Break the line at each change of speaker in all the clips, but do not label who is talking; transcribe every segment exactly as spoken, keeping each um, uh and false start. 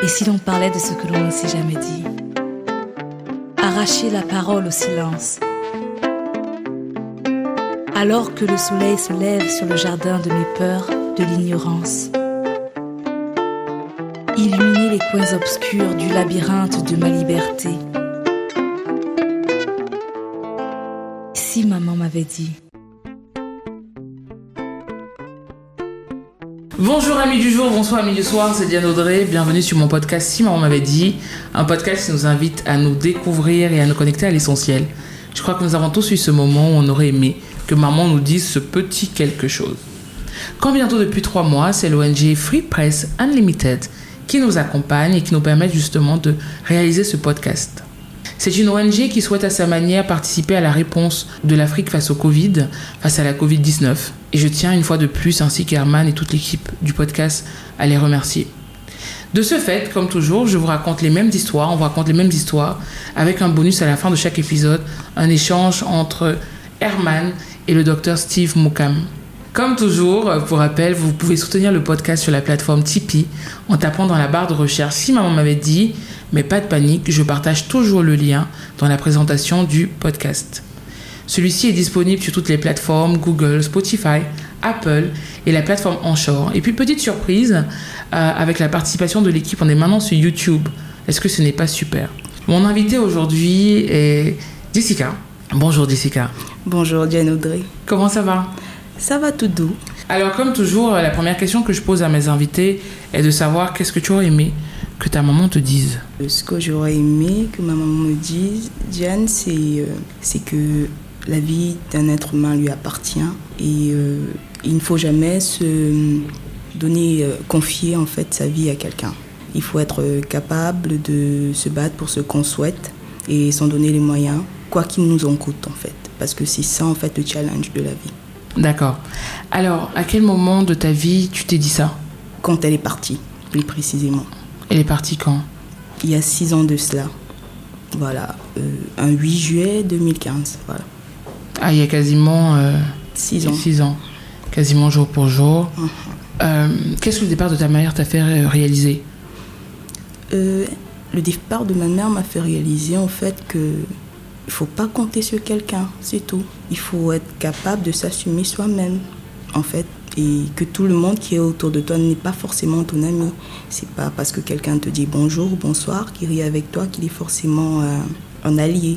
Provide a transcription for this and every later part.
Et si l'on parlait de ce que l'on ne s'est jamais dit? Arracher la parole au silence. Alors que le soleil se lève sur le jardin de mes peurs, de l'ignorance. Illuminer les coins obscurs du labyrinthe de ma liberté. Si maman m'avait dit.
Bonjour amis du jour, bonsoir amis du soir, c'est Diane Audrey, bienvenue sur mon podcast Si maman m'avait dit, un podcast qui nous invite à nous découvrir et à nous connecter à l'essentiel. Je crois que nous avons tous eu ce moment où on aurait aimé que maman nous dise ce petit quelque chose. Quand bientôt depuis trois mois, c'est l'O N G Free Press Unlimited qui nous accompagne et qui nous permet justement de réaliser ce podcast. C'est une O N G qui souhaite à sa manière participer à la réponse de l'Afrique face au Covid, face à la covid dix-neuf. Et je tiens une fois de plus, ainsi qu'Herman et toute l'équipe du podcast, à les remercier. De ce fait, comme toujours, je vous raconte les mêmes histoires, on vous raconte les mêmes histoires, avec un bonus à la fin de chaque épisode, un échange entre Herman et le docteur Steve Moukam. Comme toujours, pour rappel, vous pouvez soutenir le podcast sur la plateforme Tipeee en tapant dans la barre de recherche Si maman m'avait dit, mais pas de panique, je partage toujours le lien dans la présentation du podcast. Celui-ci est disponible sur toutes les plateformes Google, Spotify, Apple et la plateforme Anchor. Et puis petite surprise, euh, avec la participation de l'équipe, on est maintenant sur YouTube. Est-ce que ce n'est pas super? Mon invité aujourd'hui est Jessica. Bonjour Jessica.
Bonjour Diane Audrey.
Comment ça va?
Ça va tout doux.
Alors comme toujours, la première question que je pose à mes invités est de savoir qu'est-ce que tu aurais aimé que ta maman te dise?
Ce que j'aurais aimé que ma maman me dise, Diane, c'est, euh, c'est que la vie d'un être humain lui appartient et euh, il ne faut jamais se donner, euh, confier en fait sa vie à quelqu'un. Il faut être capable de se battre pour ce qu'on souhaite et s'en donner les moyens, quoi qu'il nous en coûte en fait, parce que c'est ça en fait le challenge de la vie.
D'accord. Alors, à quel moment de ta vie tu t'es dit ça?
Quand elle est partie, plus précisément.
Elle est partie quand?
Il y a six ans de cela. Voilà, euh, un huit juillet deux mille quinze, voilà.
Ah, il y a quasiment euh,
six ans.
six ans, quasiment jour pour jour. Uh-huh. Euh, qu'est-ce que le départ de ta mère t'a fait réaliser?
euh, Le départ de ma mère m'a fait réaliser en fait que il ne faut pas compter sur quelqu'un, c'est tout. Il faut être capable de s'assumer soi-même, en fait. Et que tout le monde qui est autour de toi n'est pas forcément ton ami. C'est pas parce que quelqu'un te dit bonjour ou bonsoir, qu'il rit avec toi, qu'il est forcément euh, un allié.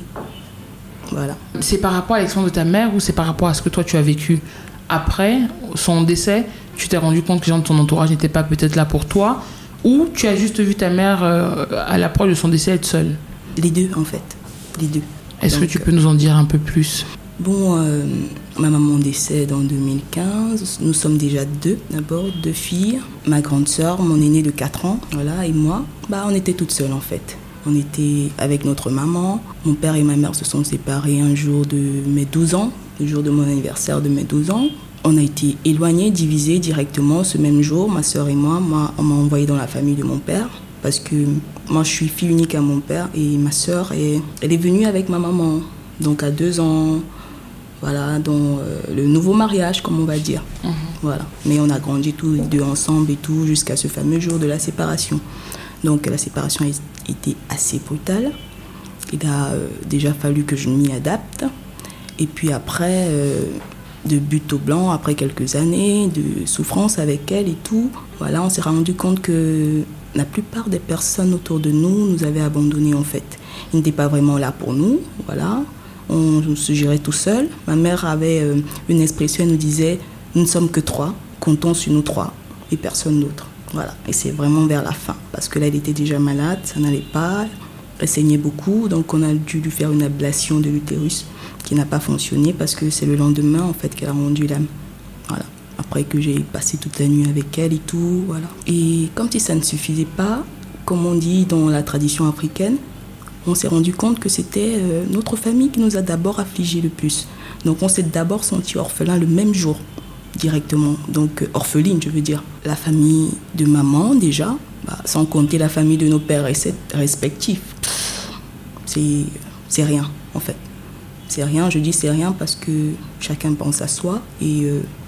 Voilà.
C'est par rapport à l'expérience de ta mère ou c'est par rapport à ce que toi tu as vécu après son décès? Tu t'es rendu compte que les gens de ton entourage n'étaient pas peut-être là pour toi, ou tu as juste vu ta mère euh, à l'approche de son décès être seule?
Les deux, en fait. Les deux.
Est-ce
Donc,
que tu peux nous en dire un peu plus?
Bon, euh, ma maman décède en deux mille quinze. Nous sommes déjà deux, d'abord, deux filles. Ma grande sœur, mon aînée de quatre ans, voilà, et moi, bah, on était toutes seules en fait. On était avec notre maman. Mon père et ma mère se sont séparés un jour de mes douze ans, le jour de mon anniversaire de mes douze ans. On a été éloignés, divisés directement ce même jour, ma sœur et moi. Moi, on m'a envoyée dans la famille de mon père. Parce que moi, je suis fille unique à mon père et ma sœur, est, elle est venue avec ma maman. Donc, à deux ans, voilà, dans euh, le nouveau mariage, comme on va dire. Mmh. Voilà. Mais on a grandi tous les deux ensemble et tout, jusqu'à ce fameux jour de la séparation. Donc, la séparation a été assez brutale. Il a euh, déjà fallu que je m'y adapte. Et puis après, euh, de but au blanc, après quelques années de souffrance avec elle et tout, voilà, on s'est rendu compte que la plupart des personnes autour de nous nous avaient abandonnés en fait. Ils n'étaient pas vraiment là pour nous, voilà. On se gérait tout seul. Ma mère avait euh, une expression, elle nous disait « Nous ne sommes que trois, comptons sur nous trois et personne d'autre ». Voilà. Et c'est vraiment vers la fin, parce que là, elle était déjà malade, ça n'allait pas, elle saignait beaucoup, donc on a dû lui faire une ablation de l'utérus qui n'a pas fonctionné parce que c'est le lendemain en fait qu'elle a rendu l'âme. Voilà. Après que j'ai passé toute la nuit avec elle et tout, voilà. Et comme si ça ne suffisait pas, comme on dit dans la tradition africaine, on s'est rendu compte que c'était euh, notre famille qui nous a d'abord affligés le plus. Donc on s'est d'abord senti orphelin le même jour, directement. Donc euh, orpheline, je veux dire. La famille de maman déjà, bah, sans compter la famille de nos pères respectifs. C'est, c'est rien en fait. C'est rien, je dis c'est rien parce que chacun pense à soi et euh,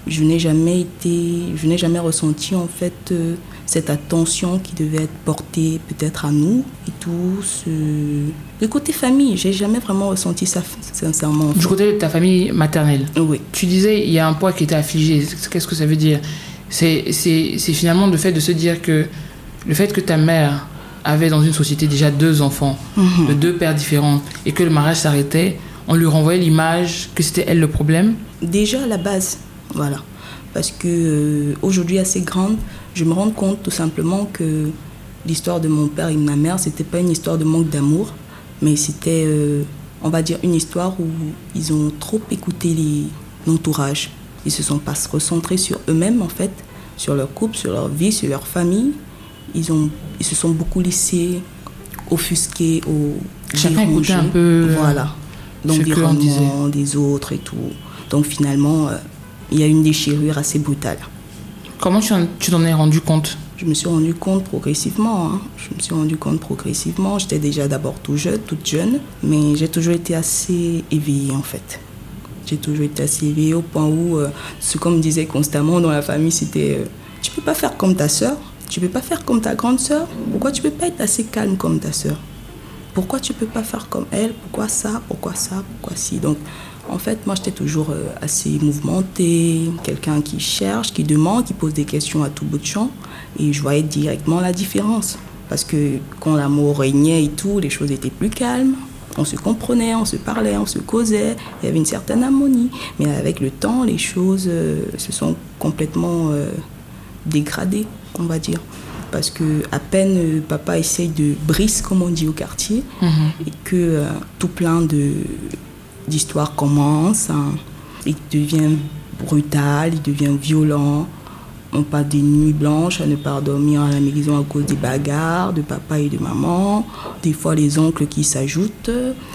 je n'ai jamais été, je n'ai jamais ressenti en fait euh, cette attention qui devait être portée peut-être à nous et tout. Ce... Le côté famille, j'ai jamais vraiment ressenti ça sincèrement.
Du côté de ta famille maternelle.
Oui.
Tu disais il y a un poids qui était affligé. Qu'est-ce que ça veut dire? C'est, c'est, c'est finalement le fait de se dire que le fait que ta mère avait dans une société déjà deux enfants, mm-hmm. de deux pères différents, et que le mariage s'arrêtait, on lui renvoyait l'image que c'était elle le problème.
Déjà à la base, voilà. Parce que euh, aujourd'hui assez grande, je me rends compte tout simplement que l'histoire de mon père et de ma mère, c'était pas une histoire de manque d'amour, mais c'était, euh, on va dire, une histoire où ils ont trop écouté les, l'entourage. Ils se sont pas recentrés sur eux-mêmes en fait, sur leur couple, sur leur vie, sur leur famille. Ils ont, ils se sont beaucoup laissés offusquer au
chacun écoutait un peu.
Voilà. L'environnement des autres et tout. Donc finalement, euh, il y a une déchirure assez brutale.
Comment tu, en, tu t'en es rendu compte?
Je me suis rendu compte progressivement. Hein. Je me suis rendu compte progressivement. J'étais déjà d'abord tout jeune, toute jeune, mais j'ai toujours été assez éveillée en fait. J'ai toujours été assez éveillée au point où, euh, ce qu'on me disait constamment dans la famille, c'était euh, tu peux pas faire comme ta sœur, tu peux pas faire comme ta grande sœur. Pourquoi tu peux pas être assez calme comme ta sœur? Pourquoi tu peux pas faire comme elle? Pourquoi ça? Pourquoi ça? Pourquoi si? Donc, en fait, moi, j'étais toujours euh, assez mouvementée, quelqu'un qui cherche, qui demande, qui pose des questions à tout bout de champ. Et je voyais directement la différence. Parce que quand l'amour régnait et tout, les choses étaient plus calmes. On se comprenait, on se parlait, on se causait. Il y avait une certaine harmonie. Mais avec le temps, les choses euh, se sont complètement euh, dégradées, on va dire. Parce que à peine euh, papa essaye de briser, comme on dit au quartier, mmh. et que euh, tout plein de... d'histoire commence, hein. Il devient brutal, il devient violent. On passe des nuits blanches à ne pas dormir à la maison à cause des bagarres de papa et de maman. Des fois, les oncles qui s'ajoutent.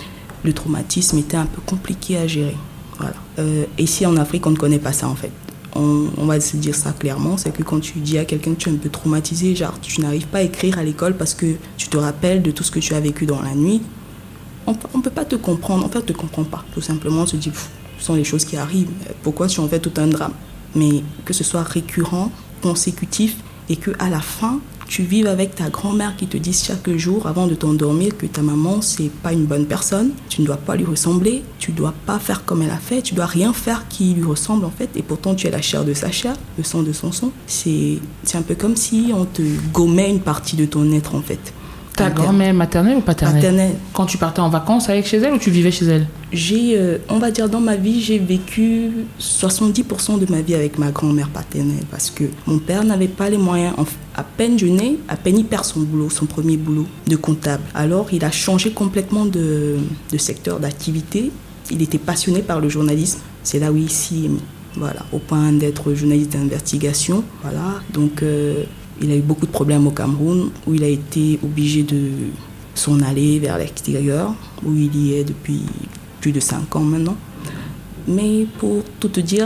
Le traumatisme était un peu compliqué à gérer. Voilà. Euh, ici, en Afrique, on ne connaît pas ça, en fait. On, on va se dire ça clairement, c'est que quand tu dis à quelqu'un que tu es un peu traumatisé, genre tu n'arrives pas à écrire à l'école parce que tu te rappelles de tout ce que tu as vécu dans la nuit, on ne peut pas te comprendre, en fait, on ne te comprend pas. Tout simplement, on se dit, ce sont les choses qui arrivent, pourquoi tu en fais tout un drame? Mais que ce soit récurrent, consécutif, et qu'à la fin, tu vives avec ta grand-mère qui te dit chaque jour, avant de t'endormir, que ta maman, c'est pas une bonne personne, tu ne dois pas lui ressembler, tu ne dois pas faire comme elle a fait, tu ne dois rien faire qui lui ressemble, en fait, et pourtant tu es la chair de sa chair, le sang de son sang. C'est, c'est un peu comme si on te gommait une partie de ton être, en fait.
Ta grand-mère maternelle ou paternelle?
Maternelle.
Quand tu partais en vacances avec chez elle ou tu vivais chez elle?
J'ai, euh, on va dire dans ma vie, j'ai vécu soixante-dix pour cent de ma vie avec ma grand-mère paternelle parce que mon père n'avait pas les moyens. À peine je nais, à peine il perd son boulot, son premier boulot de comptable. Alors il a changé complètement de, de secteur d'activité. Il était passionné par le journalisme. C'est là où il s'y est mis. Voilà, au point d'être journaliste d'investigation. Voilà, donc... Euh, il a eu beaucoup de problèmes au Cameroun, où il a été obligé de s'en aller vers l'extérieur, où il y est depuis plus de cinq ans maintenant. Mais pour tout te dire,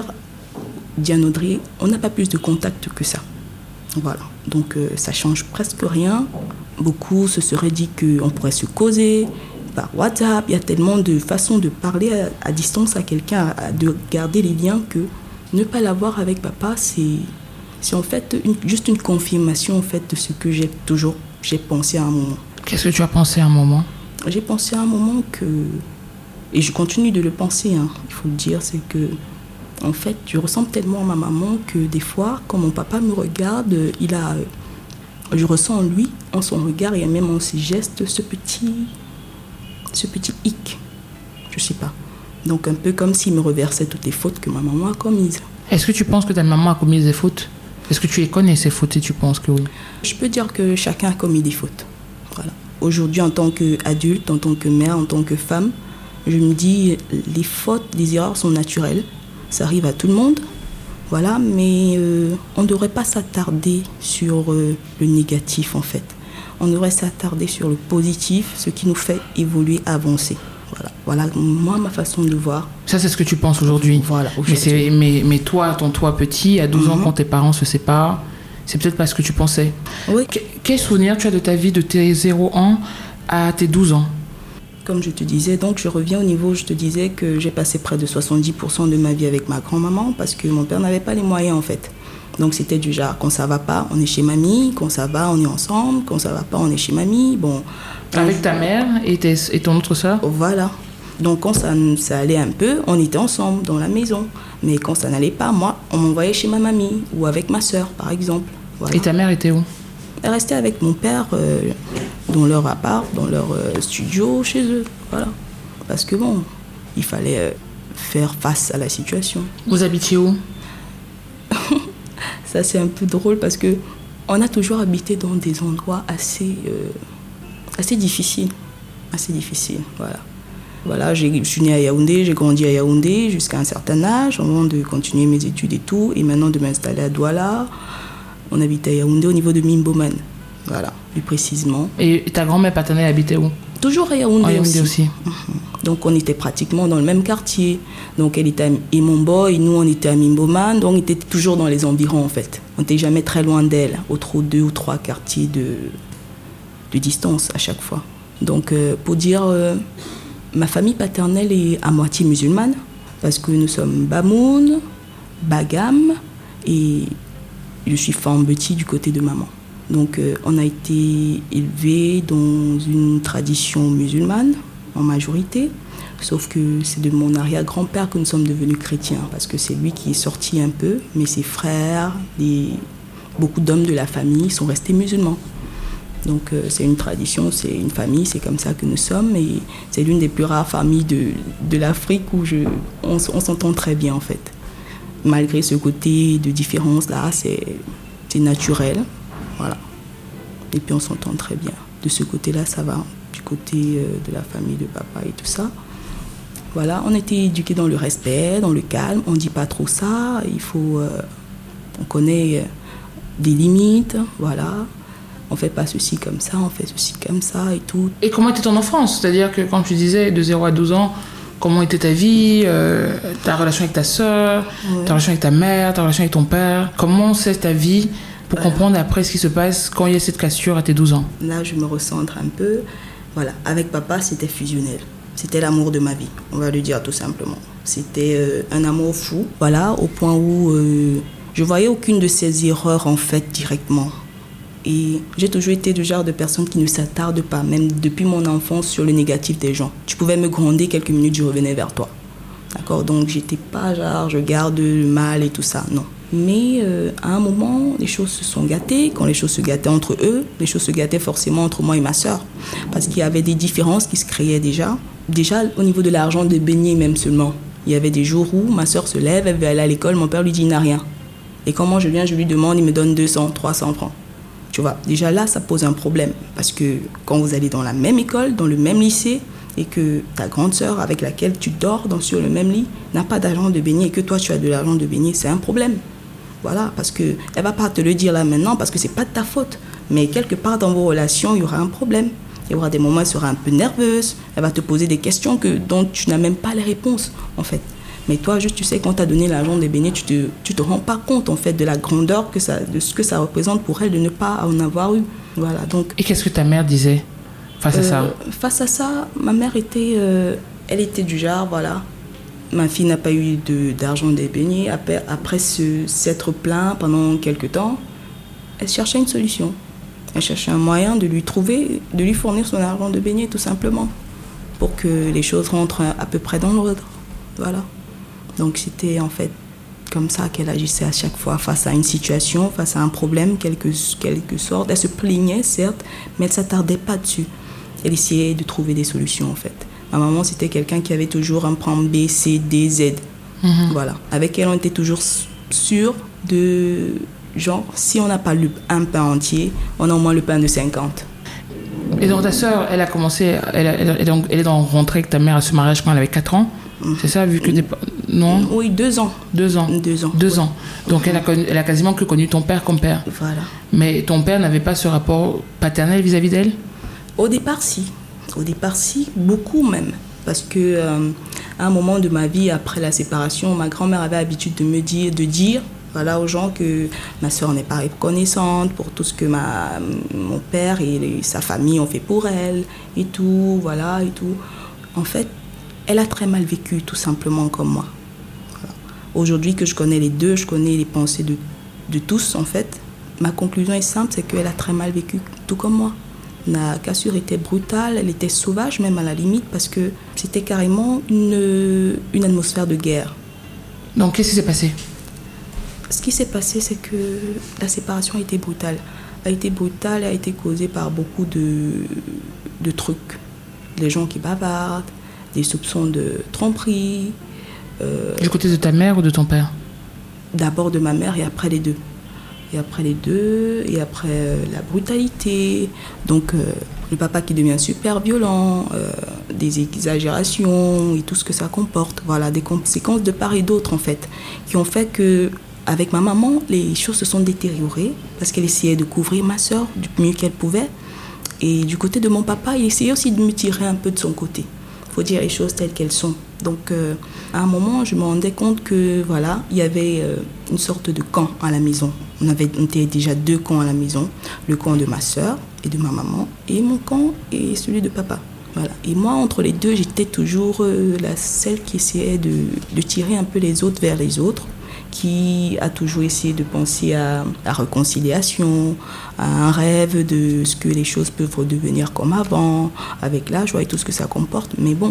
Diane Audrey, on n'a pas plus de contact que ça. Voilà, donc euh, ça change presque rien. Beaucoup se seraient dit qu'on pourrait se causer par WhatsApp. Il y a tellement de façons de parler à, à distance à quelqu'un, à, de garder les liens, que ne pas l'avoir avec papa, c'est... C'est en fait une, juste une confirmation en fait, de ce que j'ai toujours j'ai pensé à un moment.
Qu'est-ce que tu as pensé à un moment?
J'ai pensé à un moment que, et je continue de le penser, hein, il faut le dire, c'est que en fait, je ressemble tellement à ma maman que des fois, quand mon papa me regarde, il a, je ressens en lui, en son regard et même en ses gestes, ce petit, ce petit hic, je sais pas. Donc un peu comme s'il me reversait toutes les fautes que ma maman a commises.
Est-ce que tu penses que ta maman a commis des fautes? Est-ce que tu les connais, ces fautes, et tu penses que oui?
Je peux dire que chacun a commis des fautes. Voilà. Aujourd'hui, en tant qu'adulte, en tant que mère, en tant que femme, je me dis, les fautes, les erreurs sont naturelles. Ça arrive à tout le monde. Voilà, mais euh, on ne devrait pas s'attarder sur euh, le négatif, en fait. On devrait s'attarder sur le positif, ce qui nous fait évoluer, avancer. Voilà, voilà, moi, ma façon de voir.
Ça, c'est ce que tu penses aujourd'hui.
Voilà, aujourd'hui.
Mais, c'est, mais, mais toi, ton toi petit, à douze mm-hmm. ans, quand tes parents se séparent, c'est peut-être pas ce que tu pensais.
Oui.
Que, quel souvenir tu as de ta vie de tes zéro ans à tes douze ans?
Comme je te disais, donc je reviens au niveau, je te disais que j'ai passé près de soixante-dix pour cent de ma vie avec ma grand-maman parce que mon père n'avait pas les moyens en fait. Donc c'était du genre, quand ça va pas, on est chez mamie, quand ça va, on est ensemble, quand ça va pas, on est chez mamie. Bon,
avec ta mère et, tes, et ton autre soeur?
Voilà. Donc quand ça, ça allait un peu, on était ensemble dans la maison. Mais quand ça n'allait pas, moi, on m'envoyait chez ma mamie ou avec ma soeur par exemple. Voilà.
Et ta mère était où?
Elle restait avec mon père euh, dans leur appart, dans leur euh, studio, chez eux. Voilà. Parce que bon, il fallait euh, faire face à la situation.
Vous habitiez où?
Ça, c'est un peu drôle parce que on a toujours habité dans des endroits assez, euh, assez difficiles. Assez difficiles, voilà. Voilà, j'ai, je suis née à Yaoundé, j'ai grandi à Yaoundé jusqu'à un certain âge, avant de continuer mes études et tout, et maintenant de m'installer à Douala. On habitait à Yaoundé au niveau de Mimboman, voilà, plus précisément.
Et ta grand-mère paternelle habitait où?
Toujours à Yaoundé,
à Yaoundé aussi. aussi.
Mm-hmm. Donc on était pratiquement dans le même quartier. Donc elle était à Imombo et nous on était à Mimboman, donc on était toujours dans les environs en fait. On n'était jamais très loin d'elle, au trop deux ou trois quartiers de, de distance à chaque fois. Donc euh, pour dire... Euh, ma famille paternelle est à moitié musulmane parce que nous sommes Bamoun, Bagam et je suis Fambeti du côté de maman. Donc euh, on a été élevés dans une tradition musulmane en majorité, sauf que c'est de mon arrière-grand-père que nous sommes devenus chrétiens parce que c'est lui qui est sorti un peu, mais ses frères, les... beaucoup d'hommes de la famille sont restés musulmans. Donc euh, c'est une tradition, c'est une famille, c'est comme ça que nous sommes et c'est l'une des plus rares familles de, de l'Afrique où je, on, on s'entend très bien en fait. Malgré ce côté de différence là, c'est, c'est naturel, voilà. Et puis on s'entend très bien. De ce côté-là, ça va, du côté euh, de la famille de papa et tout ça. Voilà, on était éduqués dans le respect, dans le calme, on ne dit pas trop ça, il faut, euh, on connaît des limites, voilà. On ne fait pas ceci comme ça, on fait ceci comme ça et tout.
Et comment était ton enfance? C'est-à-dire que quand tu disais de zéro à douze ans, comment était ta vie, euh, ta relation avec ta sœur, ouais. ta relation avec ta mère, ta relation avec ton père? Comment c'est ta vie pour voilà. comprendre après ce qui se passe quand il y a cette cassure à tes douze ans?
Là, je me recentre un peu. Voilà, avec papa, c'était fusionnel. C'était l'amour de ma vie, on va le dire tout simplement. C'était euh, un amour fou, voilà, au point où euh, je voyais aucune de ces erreurs en fait directement. Et j'ai toujours été du genre de personne qui ne s'attarde pas, même depuis mon enfance, sur le négatif des gens. Tu pouvais me gronder quelques minutes, je revenais vers toi. D'accord? Donc, j'étais pas genre, je garde le mal et tout ça, non. Mais euh, à un moment, les choses se sont gâtées. Quand les choses se gâtaient entre eux, les choses se gâtaient forcément entre moi et ma sœur. Parce qu'il y avait des différences qui se créaient déjà. Déjà, au niveau de l'argent de beignet même seulement. Il y avait des jours où ma sœur se lève, elle veut aller à l'école, mon père lui dit, il n'a rien. Et quand moi je viens, je lui demande, il me donne deux cents, trois cents francs. Tu vois, déjà là, ça pose un problème. Parce que quand vous allez dans la même école, dans le même lycée, et que ta grande sœur avec laquelle tu dors dans, sur le même lit n'a pas d'argent de beignet et que toi, tu as de l'argent de beignet, c'est un problème. Voilà, parce qu'elle ne va pas te le dire là maintenant parce que ce n'est pas de ta faute. Mais quelque part dans vos relations, il y aura un problème. Il y aura des moments où elle sera un peu nerveuse. Elle va te poser des questions que, dont tu n'as même pas les réponses, en fait. Mais toi, juste, tu sais, quand tu as donné l'argent des beignets, tu ne te, tu te rends pas compte, en fait, de la grandeur, que ça, de ce que ça représente pour elle de ne pas en avoir eu. Voilà, donc...
Et qu'est-ce que ta mère disait face euh, à ça?
Face à ça, ma mère était... Euh, elle était du genre, voilà... Ma fille n'a pas eu de, d'argent des beignets. Après, après se, s'être plaint pendant quelques temps, elle cherchait une solution. Elle cherchait un moyen de lui trouver, de lui fournir son argent de beignets, tout simplement, pour que les choses rentrent à peu près dans l'ordre. Voilà. Donc c'était en fait comme ça qu'elle agissait à chaque fois, face à une situation, face à un problème, quelque, quelque sorte. Elle se plaignait, certes, mais elle ne s'attardait pas dessus. Elle essayait de trouver des solutions, en fait. Ma maman, c'était quelqu'un qui avait toujours un plan B, C, D, Z. Mm-hmm. Voilà. Avec elle, on était toujours sûr de... Genre, si on n'a pas le, un pain entier, on a au moins le pain de cinquante.
Et donc, ta sœur, elle a commencé... Elle, elle, elle, donc, elle est donc rentrée avec ta mère à ce mariage quand elle avait quatre ans. Mm-hmm. C'est ça, vu que... Des, non
Oui, deux ans.
Deux ans.
Deux ans.
Deux
oui.
ans. Donc, mm-hmm. elle, a connu, elle a quasiment que connu ton père comme père.
Voilà.
Mais ton père n'avait pas ce rapport paternel vis-à-vis d'elle?
Au départ, si. Au départ, si, beaucoup même. Parce que euh, à un moment de ma vie, après la séparation, ma grand-mère avait l'habitude de me dire, de dire Voilà, aux gens que ma soeur n'est pas reconnaissante pour tout ce que ma, mon père et les, sa famille ont fait pour elle et tout, voilà, et tout. En fait, elle a très mal vécu, tout simplement, comme moi. Voilà. Aujourd'hui que je connais les deux, je connais les pensées de, de tous, en fait. Ma conclusion est simple, c'est qu'elle a très mal vécu, tout comme moi. La cassure était brutale, elle était sauvage, même à la limite, parce que c'était carrément une, une atmosphère de guerre.
Donc, qu'est-ce qui s'est passé ?
Ce qui s'est passé, c'est que la séparation a été brutale. A été brutale, a été causée par beaucoup de, de trucs. Les gens qui bavardent, des soupçons de tromperie. Euh,
du côté de ta mère ou de ton père ?
D'abord de ma mère et après les deux. Et après les deux, et après euh, la brutalité. Donc, euh, le papa qui devient super violent, euh, des exagérations et tout ce que ça comporte. Voilà, des conséquences de part et d'autre, en fait, qui ont fait que... Avec ma maman, les choses se sont détériorées parce qu'elle essayait de couvrir ma soeur du mieux qu'elle pouvait. Et du côté de mon papa, il essayait aussi de me tirer un peu de son côté. Il faut dire les choses telles qu'elles sont. Donc, euh, à un moment, je me rendais compte que, voilà, il y avait euh, une sorte de camp à la maison. On avait on était déjà deux camps à la maison. Le camp de ma soeur et de ma maman et mon camp et celui de papa. Voilà. Et moi, entre les deux, j'étais toujours euh, la celle qui essayait de, de tirer un peu les autres vers les autres, qui a toujours essayé de penser à la réconciliation, à un rêve de ce que les choses peuvent redevenir comme avant, avec la joie et tout ce que ça comporte. Mais bon,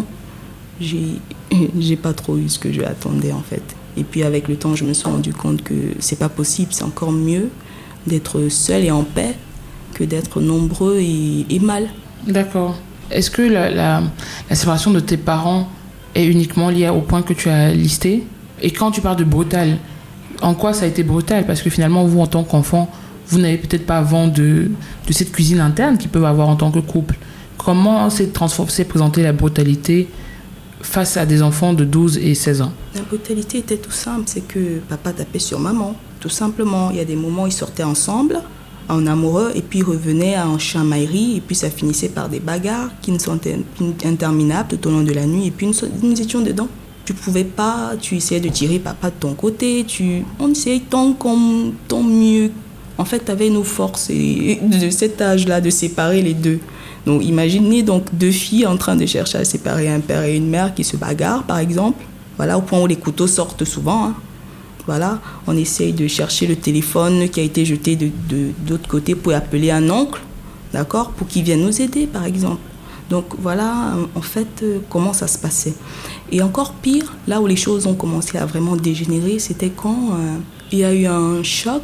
j'ai, j'ai pas trop eu ce que je attendais, en fait. Et puis avec le temps, je me suis rendu compte que c'est pas possible, c'est encore mieux d'être seul et en paix que d'être nombreux et, et mal.
D'accord. Est-ce que la, la, la séparation de tes parents est uniquement liée au point que tu as listé ? Et quand tu parles de brutal, en quoi ça a été brutal ? Parce que finalement, vous, en tant qu'enfant, vous n'avez peut-être pas vent de, de cette cuisine interne qu'ils peuvent avoir en tant que couple. Comment s'est, transformé, s'est présentée la brutalité face à des enfants de douze et seize ans ?
La brutalité était tout simple, c'est que papa tapait sur maman, tout simplement. Il y a des moments où ils sortaient ensemble, en amoureux, et puis ils revenaient en chamaillerie, et puis ça finissait par des bagarres qui ne sont interminables tout au long de la nuit, et puis nous, nous étions dedans. Tu ne pouvais pas, tu essayais de tirer papa de ton côté, tu, on essayait tant comme tant mieux. En fait, tu avais nos forces et de cet âge-là de séparer les deux. Donc imaginez donc deux filles en train de chercher à séparer un père et une mère qui se bagarrent, par exemple. Voilà, au point où les couteaux sortent souvent. Hein. Voilà, on essaye de chercher le téléphone qui a été jeté de, de, d'autre côté pour appeler un oncle, d'accord, pour qu'il vienne nous aider, par exemple. Donc voilà, en fait, euh, comment ça se passait. Et encore pire, là où les choses ont commencé à vraiment dégénérer, c'était quand euh, il y a eu un choc.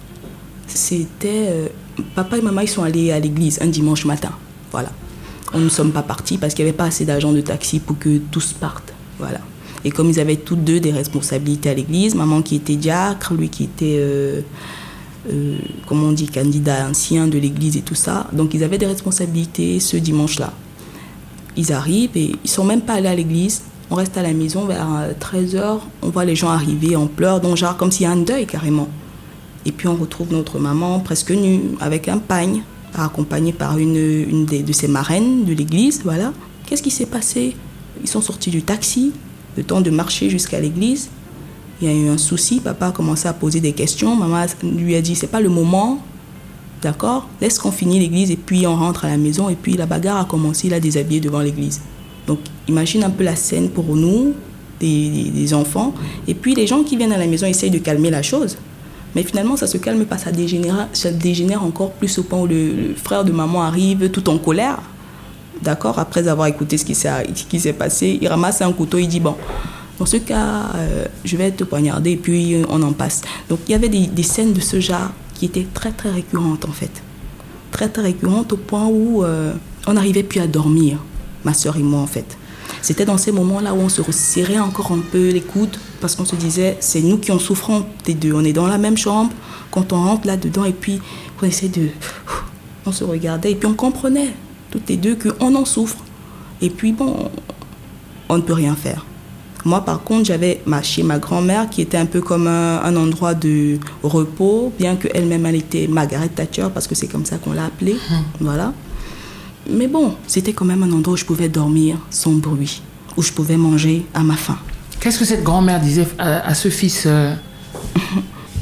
C'était... Euh, papa et maman, ils sont allés à l'église un dimanche matin. Voilà. On ne sommes pas partis parce qu'il n'y avait pas assez d'agents de taxi pour que tous partent. Voilà. Et comme ils avaient tous deux des responsabilités à l'église, maman qui était diacre, lui qui était... Euh, euh, comment on dit, candidat ancien de l'église et tout ça. Donc ils avaient des responsabilités ce dimanche-là. Ils arrivent et ils ne sont même pas allés à l'église. On reste à la maison vers treize heures. On voit les gens arriver en pleurs, donc genre comme s'il y a un deuil carrément. Et puis on retrouve notre maman presque nue, avec un pagne, accompagnée par une, une de, de ses marraines de l'église. Voilà. Qu'est-ce qui s'est passé ? Ils sont sortis du taxi, le temps de marcher jusqu'à l'église. Il y a eu un souci, papa a commencé à poser des questions. Maman lui a dit, c'est pas le moment. D'accord, laisse qu'on finisse l'église et puis on rentre à la maison. Et puis la bagarre a commencé, il a déshabillé devant l'église. Donc imagine un peu la scène pour nous, des, des, des enfants. Et puis les gens qui viennent à la maison essayent de calmer la chose. Mais finalement, ça se calme pas, ça dégénère, ça dégénère encore plus au point où le, le frère de maman arrive tout en colère. D'accord, après avoir écouté ce qui s'est, ce qui s'est passé, il ramasse un couteau, il dit bon, dans ce cas, euh, je vais te poignarder et puis on en passe. Donc il y avait des, des scènes de ce genre qui était très très récurrente en fait. Très très récurrente au point où euh, on n'arrivait plus à dormir, ma soeur et moi en fait. C'était dans ces moments-là où on se resserrait encore un peu les coudes parce qu'on se disait, c'est nous qui en souffrons des deux. On est dans la même chambre, quand on rentre là-dedans et puis on essaie de... On se regardait et puis on comprenait toutes les deux qu'on en souffre. Et puis bon, on ne peut rien faire. Moi, par contre, j'avais ma, chez ma grand-mère qui était un peu comme un, un endroit de repos, bien qu'elle-même, elle était Margaret Thatcher, parce que c'est comme ça qu'on l'a appelée. Mmh. Voilà. Mais bon, c'était quand même un endroit où je pouvais dormir sans bruit, où je pouvais manger à ma faim.
Qu'est-ce que cette grand-mère disait à, à ce fils euh...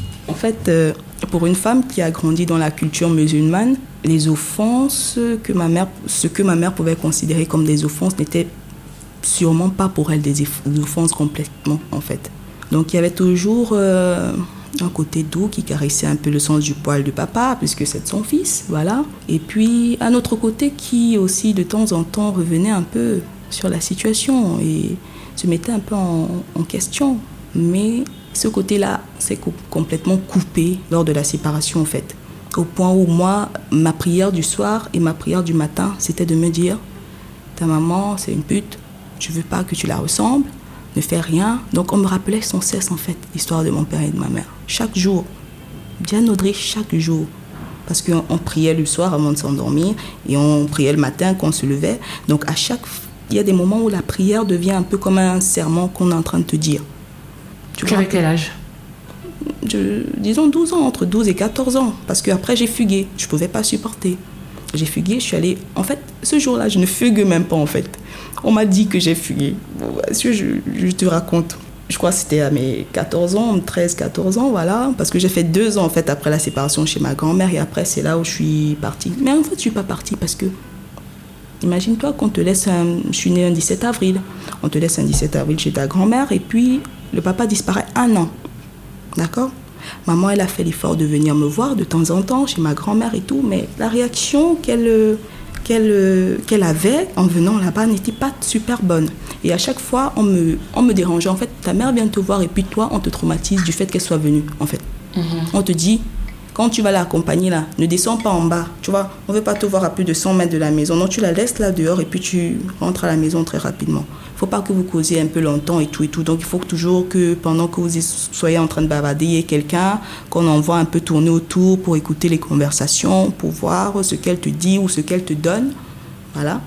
fait, euh, pour une femme qui a grandi dans la culture musulmane, les offenses que ma mère, ce que ma mère pouvait considérer comme des offenses n'étaient sûrement pas pour elle des offenses complètement, en fait. Donc il y avait toujours euh, un côté doux qui caressait un peu le sens du poil de papa, puisque c'est son fils, voilà. Et puis un autre côté qui aussi de temps en temps revenait un peu sur la situation et se mettait un peu en, en question. Mais ce côté-là s'est co- complètement coupé lors de la séparation, en fait. Au point où moi, ma prière du soir et ma prière du matin, c'était de me dire, ta maman, c'est une pute, je veux pas que tu la ressembles, ne fais rien. Donc on me rappelait sans cesse, en fait, l'histoire de mon père et de ma mère. Chaque jour. Diane Audrey, chaque jour. Parce qu'on on priait le soir avant de s'endormir et on priait le matin quand on se levait. Donc à chaque... il y a des moments où la prière devient un peu comme un serment qu'on est en train de te dire.
Tu avais quel âge?
Je, disons douze ans, entre douze et quatorze ans. Parce qu'après, j'ai fugué. Je ne pouvais pas supporter. J'ai fugué, je suis allée... En fait, ce jour-là, je ne fugue même pas, en fait. On m'a dit que j'ai fugué. Bon, je, je, je te raconte. Je crois que c'était à mes quatorze ans, treize, quatorze ans, voilà. Parce que j'ai fait deux ans, en fait, après la séparation chez ma grand-mère. Et après, c'est là où je suis partie. Mais en fait, je ne suis pas partie parce que... Imagine-toi qu'on te laisse... Un, je suis née un dix-sept avril. On te laisse un dix-sept avril chez ta grand-mère. Et puis, le papa disparaît un an. D'accord? Maman, elle a fait l'effort de venir me voir de temps en temps chez ma grand-mère et tout, mais la réaction qu'elle, qu'elle, qu'elle avait en venant là-bas n'était pas super bonne. Et à chaque fois, on me, on me dérangeait. En fait, ta mère vient te voir et puis toi, on te traumatise du fait qu'elle soit venue, en fait. Mm-hmm. On te dit, quand tu vas l'accompagner là, ne descends pas en bas. Tu vois, on ne veut pas te voir à plus de cent mètres de la maison. Donc, tu la laisses là dehors et puis tu rentres à la maison très rapidement. Il ne faut pas que vous causiez un peu longtemps et tout et tout. Donc, il faut toujours que pendant que vous soyez en train de bavarder, il y ait quelqu'un qu'on envoie un peu tourner autour pour écouter les conversations, pour voir ce qu'elle te dit ou ce qu'elle te donne. Voilà.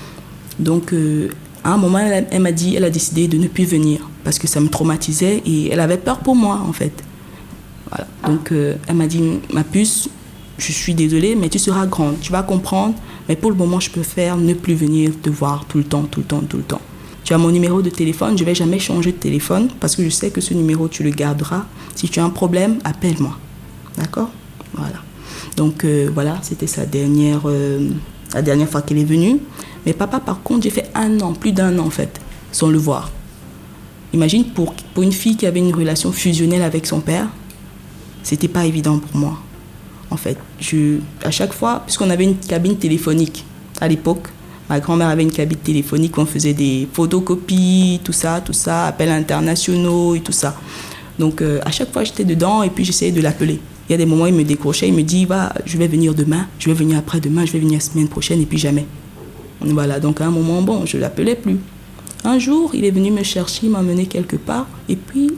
Donc, euh, à un moment, elle, elle m'a dit, elle a décidé de ne plus venir parce que ça me traumatisait et elle avait peur pour moi, en fait. Voilà. Donc, euh, elle m'a dit, ma puce, je suis désolée, mais tu seras grande, tu vas comprendre. Mais pour le moment, je préfère ne plus venir te voir tout le temps, tout le temps, tout le temps. Tu as mon numéro de téléphone, je ne vais jamais changer de téléphone parce que je sais que ce numéro, tu le garderas. Si tu as un problème, appelle-moi. D'accord? Voilà. Donc, euh, voilà, c'était sa dernière, euh, la dernière fois qu'elle est venue. Mais papa, par contre, j'ai fait un an, plus d'un an en fait, sans le voir. Imagine, pour, pour une fille qui avait une relation fusionnelle avec son père, c'était pas évident pour moi. En fait, je, à chaque fois, puisqu'on avait une cabine téléphonique à l'époque, ma grand-mère avait une cabine téléphonique, on faisait des photocopies, tout ça, tout ça, appels internationaux et tout ça. Donc, euh, à chaque fois, j'étais dedans et puis j'essayais de l'appeler. Il y a des moments où il me décrochait, il me dit, va, je vais venir demain, je vais venir après-demain, je vais venir la semaine prochaine et puis jamais. Voilà, donc à un moment, bon, je ne l'appelais plus. Un jour, il est venu me chercher, il m'a emmené quelque part et puis...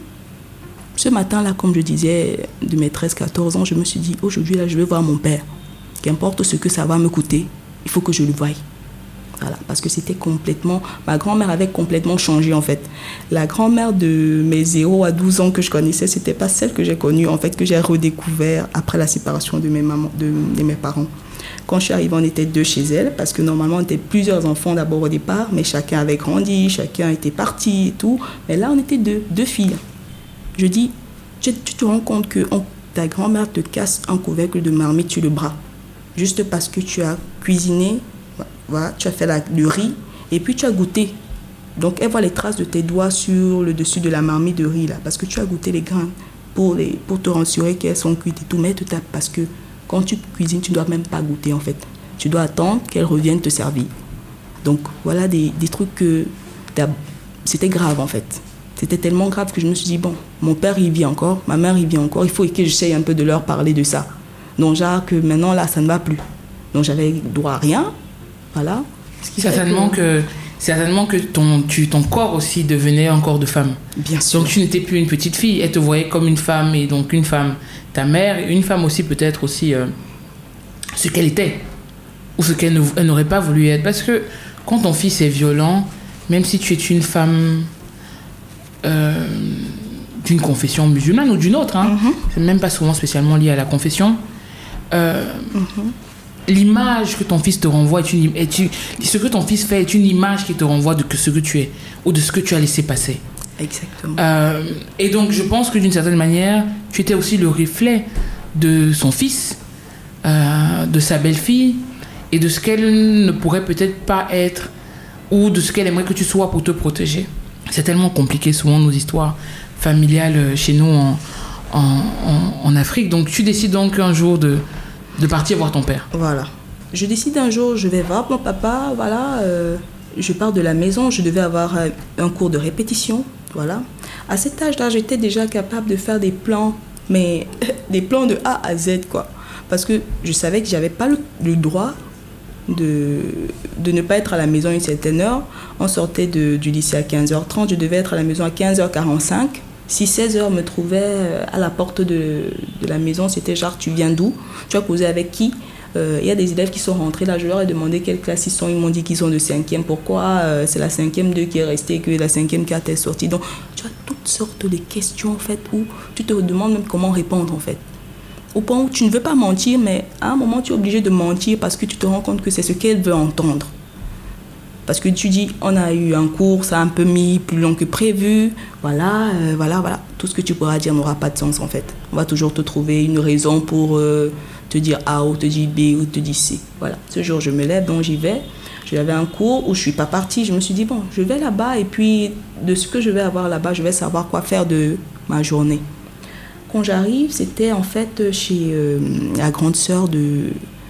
Ce matin-là, comme je disais, de mes treize quatorze ans, je me suis dit, aujourd'hui, là, je vais voir mon père. Qu'importe ce que ça va me coûter, il faut que je le voie. Voilà, parce que c'était complètement... Ma grand-mère avait complètement changé, en fait. La grand-mère de mes zéro à douze ans que je connaissais, ce n'était pas celle que j'ai connue, en fait, que j'ai redécouvert après la séparation de mes, mamans, de, de mes parents. Quand je suis arrivée, on était deux chez elle, parce que normalement, on était plusieurs enfants d'abord au départ, mais chacun avait grandi, chacun était parti et tout. Mais là, on était deux, deux filles. Je dis, tu, tu te rends compte que on, ta grand-mère te casse un couvercle de marmite sur le bras, juste parce que tu as cuisiné, voilà, tu as fait la, le riz, et puis tu as goûté. Donc, elle voit les traces de tes doigts sur le dessus de la marmite de riz, là, parce que tu as goûté les grains pour, les, pour te rassurer qu'elles sont cuites et tout, mais elle te tape parce que quand tu cuisines, tu ne dois même pas goûter, en fait. Tu dois attendre qu'elle revienne te servir. Donc, voilà des, des trucs que... C'était grave, en fait. C'était tellement grave que je me suis dit, bon, mon père, il vit encore, ma mère, il vit encore, il faut que j'essaye un peu de leur parler de ça. Donc, genre, que maintenant, là, ça ne va plus. Donc, j'avais droit à rien, voilà.
Ce qui certainement que... que... Certainement que ton, tu, ton corps aussi devenait un corps de femme.
Bien sûr.
Donc, tu n'étais plus une petite fille, elle te voyait comme une femme, et donc une femme, ta mère, une femme aussi, peut-être aussi, euh, ce qu'elle était, ou ce qu'elle ne, elle n'aurait pas voulu être. Parce que quand ton fils est violent, même si tu es une femme... Euh, d'une confession musulmane ou d'une autre, hein. Mm-hmm. C'est même pas souvent spécialement lié à la confession. Euh, mm-hmm. L'image que ton fils te renvoie est une, est une, ce que ton fils fait est une image qui te renvoie de ce que tu es ou de ce que tu as laissé passer.
Exactement.
Euh, et donc, je pense que d'une certaine manière, tu étais aussi le reflet de son fils, euh, de sa belle-fille, et de ce qu'elle ne pourrait peut-être pas être, ou de ce qu'elle aimerait que tu sois pour te protéger. C'est tellement compliqué, souvent, nos histoires familiales chez nous en, en, en, en Afrique. Donc, tu décides donc un jour de, de partir voir ton père.
Voilà. Je décide un jour, je vais voir mon papa, voilà. Euh, je pars de la maison, je devais avoir un cours de répétition, voilà. À cet âge-là, j'étais déjà capable de faire des plans, mais des plans de A à Z, quoi. Parce que je savais que je n'avais pas le, le droit de, de ne pas être à la maison à une certaine heure. On sortait de, du lycée à quinze heures trente, je devais être à la maison à quinze heures quarante-cinq. Si seize heures me trouvait à la porte de, de la maison, c'était genre, tu viens d'où? Tu as causé avec qui? Il euh, y a des élèves qui sont rentrés là, je leur ai demandé quelle classe ils sont, ils m'ont dit qu'ils sont de cinquième. Pourquoi euh, c'est la cinquième deux qui est restée et que la cinquième quatre est sortie? Donc, tu as toutes sortes de questions en fait où tu te demandes même comment répondre en fait. Au point où tu ne veux pas mentir, mais à un moment tu es obligé de mentir parce que tu te rends compte que c'est ce qu'elle veut entendre. Parce que tu dis, on a eu un cours, ça a un peu mis plus long que prévu, voilà, euh, voilà, voilà. Tout ce que tu pourras dire n'aura pas de sens en fait. On va toujours te trouver une raison pour euh, te dire A ou te dire B ou te dire C. Voilà, ce jour je me lève, donc j'y vais. J'avais un cours où je ne suis pas partie, je me suis dit, bon, je vais là-bas et puis de ce que je vais avoir là-bas, je vais savoir quoi faire de ma journée. Quand j'arrive, c'était en fait chez euh, la grande sœur de,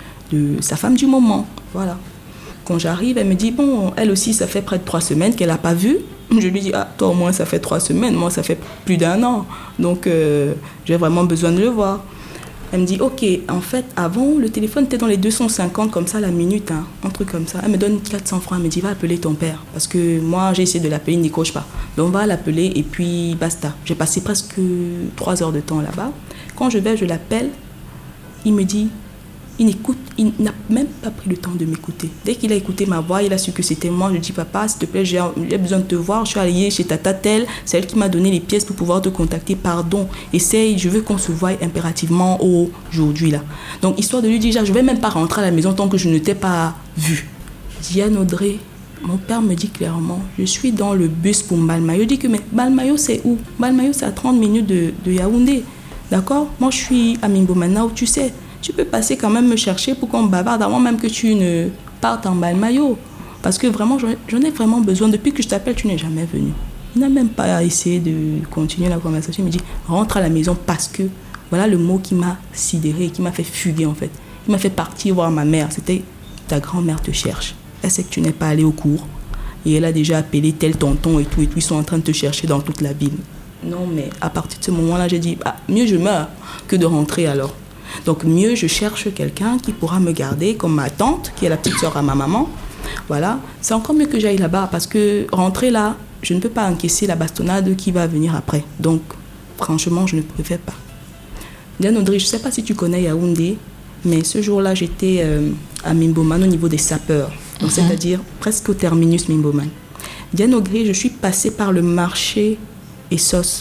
de sa femme du moment, voilà. Quand j'arrive, elle me dit, bon, elle aussi, ça fait près de trois semaines qu'elle n'a pas vu. Je lui dis, ah, toi au moins, ça fait trois semaines, moi, ça fait plus d'un an. Donc, euh, j'ai vraiment besoin de le voir. Elle me dit, ok, en fait, avant, le téléphone était dans les deux cent cinquante, comme ça, la minute, hein, un truc comme ça. Elle me donne quatre cents francs, elle me dit, va appeler ton père. Parce que moi, j'ai essayé de l'appeler, il ne décroche pas. Donc, va l'appeler et puis basta. J'ai passé presque trois heures de temps là-bas. Quand je vais, je l'appelle, il me dit, il n'écoute, il n'a même pas pris le temps de m'écouter. Dès qu'il a écouté ma voix, il a su que c'était moi. Je dis, papa, s'il te plaît, j'ai, j'ai besoin de te voir. Je suis allée chez tata telle, c'est elle qui m'a donné les pièces pour pouvoir te contacter. Pardon, essaye, je veux qu'on se voie impérativement aujourd'hui là. Donc, histoire de lui dire, je ne vais même pas rentrer à la maison tant que je ne t'ai pas vu. Diane Audrey, mon père me dit clairement, je suis dans le bus pour Mbalmayo. Je dis que, mais Mbalmayo, c'est où? Mbalmayo, c'est à trente minutes de, de Yaoundé. D'accord? Moi, je suis à Mimbomana, où tu sais. Tu peux passer quand même me chercher pour qu'on bavarde avant même que tu ne partes en Mbalmayo. Parce que vraiment, j'en ai vraiment besoin. Depuis que je t'appelle, tu n'es jamais venu. Il n'a même pas essayé de continuer la conversation. Il me dit, rentre à la maison parce que... Voilà le mot qui m'a sidéré, qui m'a fait fuguer en fait. Il m'a fait partir voir ma mère. C'était, ta grand-mère te cherche. Elle sait que tu n'es pas allé au cours. Et elle a déjà appelé tel tonton et tout. Et tout. Ils sont en train de te chercher dans toute la ville. Non, mais à partir de ce moment-là, j'ai dit, bah, mieux je meurs que de rentrer alors. Donc mieux je cherche quelqu'un qui pourra me garder comme ma tante, qui est la petite sœur à ma maman. Voilà, c'est encore mieux que j'aille là-bas parce que rentrer là, je ne peux pas encaisser la bastonnade qui va venir après. Donc franchement, je ne préfère pas. Diane Audrey, je ne sais pas si tu connais Yaoundé, mais ce jour-là, j'étais euh, à Mimboman au niveau des sapeurs. Donc mm-hmm. C'est-à-dire presque au terminus Mimboman. Diane Audrey, je suis passée par le marché Essos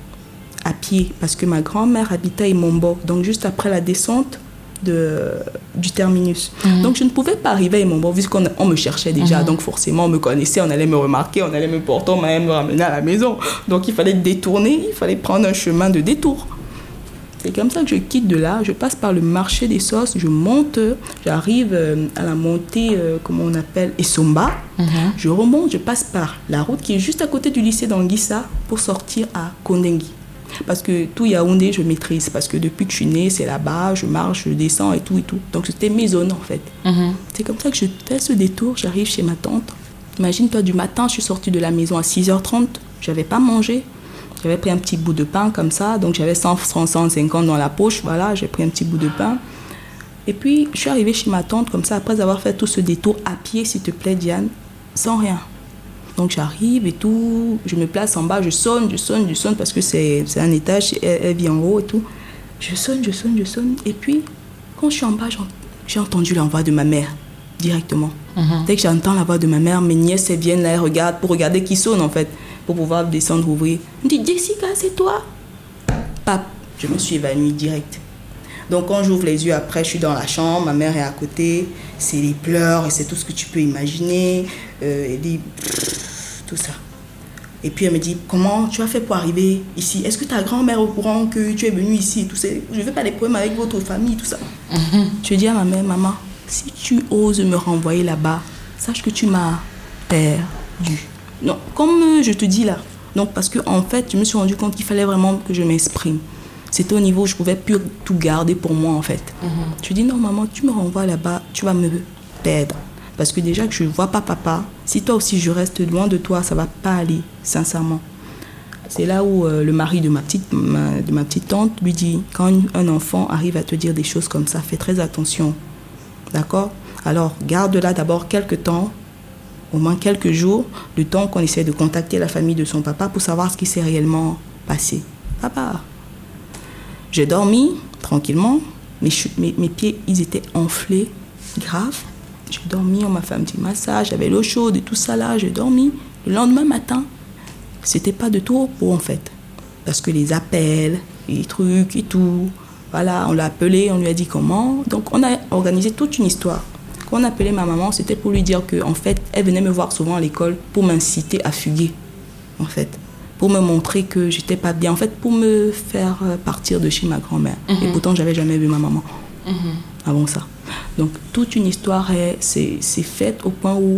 à pied, parce que ma grand-mère habitait à Imombo, donc juste après la descente de, du terminus. Mmh. Donc je ne pouvais pas arriver à Imombo, vu qu'on on me cherchait déjà, mmh. donc forcément on me connaissait, on allait me remarquer, on allait me porter, on allait me ramener à la maison. Donc il fallait détourner, il fallait prendre un chemin de détour. C'est comme ça que je quitte de là, je passe par le marché des sauces, je monte, j'arrive à la montée, euh, comment on appelle, Essomba. Mmh. Je remonte, je passe par la route qui est juste à côté du lycée d'Anguissa pour sortir à Kondengui. Parce que tout Yaoundé, je maîtrise. Parce que depuis que je suis née, c'est là-bas, je marche, je descends et tout et tout. Donc, c'était mes zones, en fait. Mm-hmm. C'est comme ça que je fais ce détour. J'arrive chez ma tante. Imagine-toi, du matin, je suis sortie de la maison à six heures trente. Je n'avais pas mangé. J'avais pris un petit bout de pain comme ça. Donc, j'avais cent, cent cinquante dans la poche. Voilà, j'ai pris un petit bout de pain. Et puis, je suis arrivée chez ma tante comme ça, après avoir fait tout ce détour à pied, s'il te plaît, Diane, sans rien. Donc j'arrive et tout, je me place en bas, je sonne, je sonne, je sonne parce que c'est, c'est un étage, elle, elle vit en haut et tout. Je sonne, je sonne, je sonne. Et puis, quand je suis en bas, j'ai entendu la voix de ma mère directement. Mm-hmm. Dès que j'entends la voix de ma mère, mes nièces elles viennent là, elles regardent pour regarder qui sonne en fait, pour pouvoir descendre, ouvrir. Elle me dit, Jessica, c'est toi? Pap, je me suis évanouie direct. Donc quand j'ouvre les yeux après, je suis dans la chambre, ma mère est à côté, c'est les pleurs et c'est tout ce que tu peux imaginer, euh, et les... tout ça. Et puis elle me dit, comment tu as fait pour arriver ici? Est-ce que ta grand-mère est au courant que tu es venue ici et tout ça? Je ne veux pas des problèmes avec votre famille, tout ça. Mm-hmm. Je dis à ma mère, maman, si tu oses me renvoyer là-bas, sache que tu m'as perdu. Non, comme je te dis là. Donc, parce qu'en en fait, je me suis rendu compte qu'il fallait vraiment que je m'exprime. C'était au niveau où je ne pouvais plus tout garder pour moi, en fait. Mm-hmm. Je dis, non, maman, tu me renvoies là-bas, tu vas me perdre. Parce que déjà que je ne vois pas papa, si toi aussi je reste loin de toi, ça ne va pas aller, sincèrement. C'est là où euh, le mari de ma, petite, ma, de ma petite tante lui dit, quand un enfant arrive à te dire des choses comme ça, fais très attention. D'accord? Alors, garde-la d'abord quelques temps, au moins quelques jours, le temps qu'on essaie de contacter la famille de son papa pour savoir ce qui s'est réellement passé. Papa, j'ai dormi tranquillement, mes, mes, mes pieds, ils étaient enflés, grave. J'ai dormi, on m'a fait un petit massage, j'avais l'eau chaude et tout ça là, j'ai dormi. Le lendemain matin, c'était pas de tout repos en fait. Parce que les appels, les trucs et tout, voilà, on l'a appelé, on lui a dit comment. Donc on a organisé toute une histoire. Quand on a appelé ma maman, c'était pour lui dire qu'en fait, elle venait me voir souvent à l'école pour m'inciter à fuguer, en fait. Pour me montrer que j'étais pas bien, en fait, pour me faire partir de chez ma grand-mère. Mm-hmm. Et pourtant, j'avais jamais vu ma maman mm-hmm. avant ça. Donc, toute une histoire est, c'est, c'est faite au point où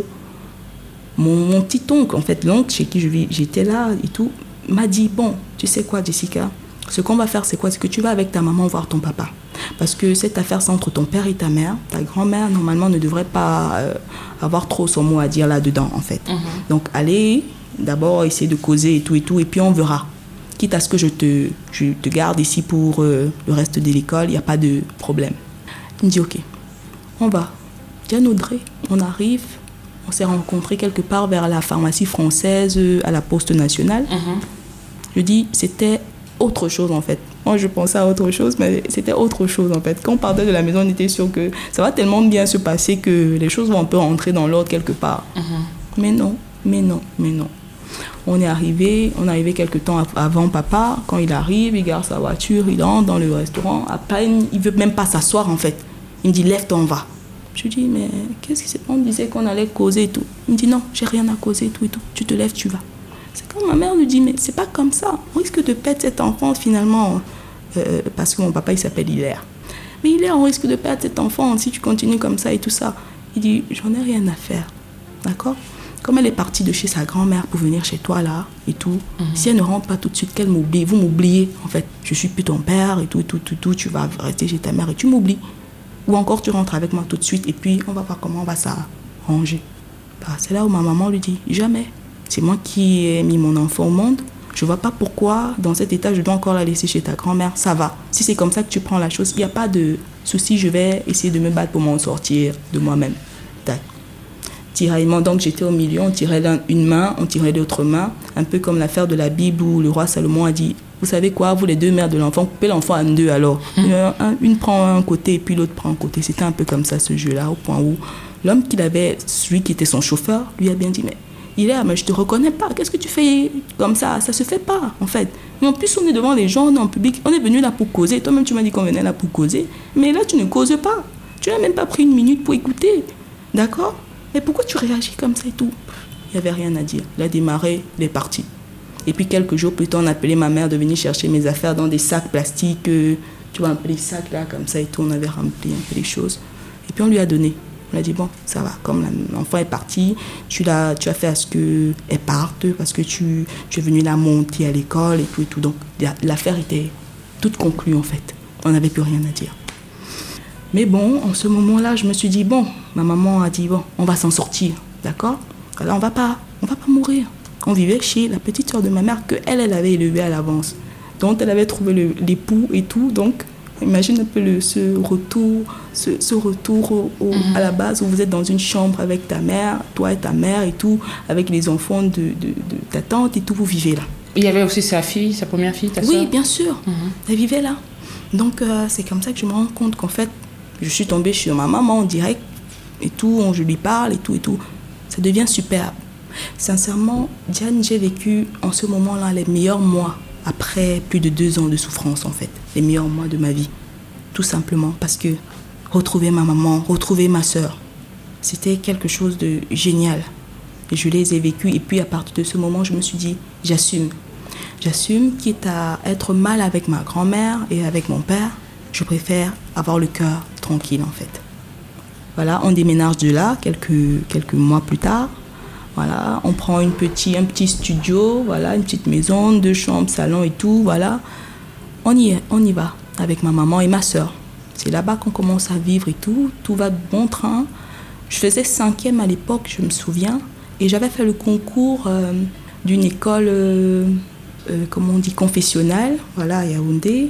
mon, mon petit oncle, en fait, l'oncle chez qui je vis, j'étais là et tout, m'a dit, bon, tu sais quoi, Jessica, ce qu'on va faire, c'est quoi? C'est que tu vas avec ta maman voir ton papa. Parce que cette affaire, c'est entre ton père et ta mère. Ta grand-mère, normalement, ne devrait pas euh, avoir trop son mot à dire là-dedans, en fait. Mm-hmm. Donc, allez, d'abord, essayer de causer et tout et tout, et puis on verra. Quitte à ce que je te, je te garde ici pour euh, le reste de l'école, il n'y a pas de problème. Il me dit, ok. On va. Diane Audrey, on arrive, on s'est rencontrés quelque part vers la pharmacie française, à la Poste nationale. Mm-hmm. Je dis, c'était autre chose en fait. Moi, je pensais à autre chose, mais c'était autre chose en fait. Quand on partait de la maison, on était sûr que ça va tellement bien se passer que les choses vont un peu rentrer dans l'ordre quelque part. Mm-hmm. Mais non, mais non, mais non. On est arrivé, on est arrivé quelque temps avant papa. Quand il arrive, il garde sa voiture, il entre dans le restaurant. À peine, il veut même pas s'asseoir en fait. Il me dit, lève-toi, on va. Je lui dis, mais qu'est-ce qui c'est? On me disait qu'on allait causer et tout. Il me dit, non, j'ai rien à causer et tout et tout. Tu te lèves, tu vas. C'est quand ma mère lui dit, mais c'est pas comme ça. On risque de perdre cet enfant finalement. Euh, parce que mon papa, il s'appelle Hilaire. Mais Hilaire, on risque de perdre cet enfant si tu continues comme ça et tout ça. Il dit, j'en ai rien à faire. D'accord? Comme elle est partie de chez sa grand-mère pour venir chez toi là et tout, mm-hmm. si elle ne rentre pas tout de suite, qu'elle m'oublie, vous m'oubliez en fait. Je suis plus ton père et tout, et tout, tout, tout. Tu vas rester chez ta mère et tu m'oublies. Ou encore tu rentres avec moi tout de suite et puis on va voir comment on va s'arranger. Bah, c'est là où ma maman lui dit, jamais. C'est moi qui ai mis mon enfant au monde. Je ne vois pas pourquoi, dans cet état, je dois encore la laisser chez ta grand-mère. Ça va. Si c'est comme ça que tu prends la chose, il n'y a pas de souci. Je vais essayer de me battre pour m'en sortir de moi-même. Tac. Tiraillement, donc j'étais au milieu. On tirait une main, on tirait l'autre main. Un peu comme l'affaire de la Bible où le roi Salomon a dit, vous savez quoi, vous les deux mères de l'enfant, coupez l'enfant en deux alors. Mmh. Une, une prend un côté et puis l'autre prend un côté. C'était un peu comme ça ce jeu-là, au point où l'homme qu'il avait, celui qui était son chauffeur, lui a bien dit, mais il est, mais je te reconnais pas, qu'est-ce que tu fais comme ça? Ça se fait pas, en fait. Mais en plus, on est devant les gens, on est en public, on est venu là pour causer. Toi-même, tu m'as dit qu'on venait là pour causer. Mais là, tu ne causes pas. Tu n'as même pas pris une minute pour écouter. D'accord? Mais pourquoi tu réagis comme ça et tout? Il n'y avait rien à dire. Il a démarré, il est parti. Et puis, quelques jours plus tard, on a appelé ma mère de venir chercher mes affaires dans des sacs plastiques. Euh, tu vois, un peu les sacs là, comme ça et tout. On avait rempli un peu les choses. Et puis, on lui a donné. On a dit, bon, ça va, comme l'enfant est parti, tu, l'as, tu as fait à ce qu'elle parte parce que tu, tu es venu la monter à l'école et tout et tout. Donc, l'affaire était toute conclue, en fait. On n'avait plus rien à dire. Mais bon, en ce moment-là, je me suis dit, bon, ma maman a dit, bon, on va s'en sortir, d'accord? Alors, on va pas, on va pas mourir. On vivait chez la petite soeur de ma mère qu'elle, elle avait élevée à l'avance. Donc, elle avait trouvé le, l'époux et tout, donc... Imagine un peu le, ce retour, ce, ce retour au, au, mm-hmm. à la base où vous êtes dans une chambre avec ta mère, toi et ta mère et tout, avec les enfants de, de, de ta tante et tout, vous vivez là.
Il y avait aussi sa fille, sa première fille, ta
oui,
soeur?
Oui, bien sûr, mm-hmm. elle vivait là. Donc euh, c'est comme ça que je me rends compte qu'en fait, je suis tombée sur ma maman en direct et tout, je lui parle et tout et tout. Ça devient superbe. Sincèrement, Diane, j'ai vécu en ce moment-là les meilleurs mois. Après plus de deux ans de souffrance, en fait. Les meilleurs mois de ma vie. Tout simplement parce que retrouver ma maman, retrouver ma sœur, c'était quelque chose de génial. Et je les ai vécues. Et puis à partir de ce moment, je me suis dit, j'assume. J'assume, quitte à être mal avec ma grand-mère et avec mon père, je préfère avoir le cœur tranquille en fait. Voilà, on déménage de là quelques, quelques mois plus tard. Voilà, on prend une petit, un petit studio, voilà, une petite maison, deux chambres, salon et tout, voilà. On y est, on y va avec ma maman et ma soeur. C'est là-bas qu'on commence à vivre et tout, tout va de bon train. Je faisais cinquième à l'époque, je me souviens, et j'avais fait le concours euh, d'une école, euh, euh, comment on dit, confessionnelle, voilà, à Yaoundé.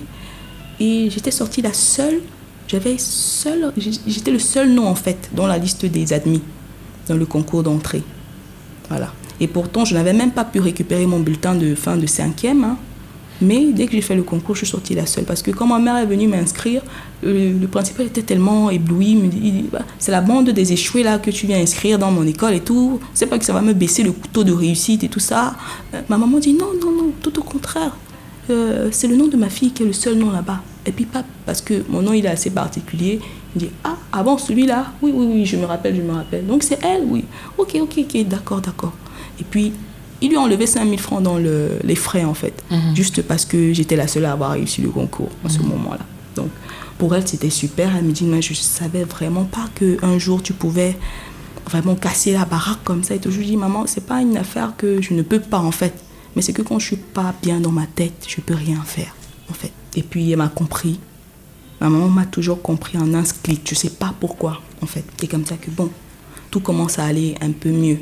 Et j'étais sortie la seule, j'avais seul, j'étais le seul nom en fait dans la liste des admis, dans le concours d'entrée. Voilà. Et pourtant, je n'avais même pas pu récupérer mon bulletin de fin de cinquième. Hein. Mais dès que j'ai fait le concours, je suis sortie la seule. Parce que quand ma mère est venue m'inscrire, le, le principal était tellement ébloui. Il me dit, bah, c'est la bande des échoués là que tu viens inscrire dans mon école et tout. C'est pas que ça va me baisser le taux de réussite et tout ça. Euh, ma maman dit non, non, non, tout au contraire. Euh, c'est le nom de ma fille qui est le seul nom là-bas. Et puis pas parce que mon nom il est assez particulier. Il dit ah, ah bon, celui-là, oui, oui, oui, je me rappelle, je me rappelle. Donc c'est elle, oui. Ok, ok, ok, d'accord, d'accord. Et puis ils lui ont enlevé cinq mille francs dans le, les frais en fait, mmh. juste parce que j'étais la seule à avoir réussi le concours en mmh. ce moment-là. Donc pour elle c'était super. Elle me dit mais je savais vraiment pas qu'un jour tu pouvais vraiment casser la baraque comme ça. Et tout. Je lui dis maman, c'est pas une affaire que je ne peux pas en fait. Mais c'est que quand je suis pas bien dans ma tête, je peux rien faire, en fait. Et puis, elle m'a compris. Ma maman m'a toujours compris en un clic. Je sais pas pourquoi, en fait. C'est comme ça que, bon, tout commence à aller un peu mieux.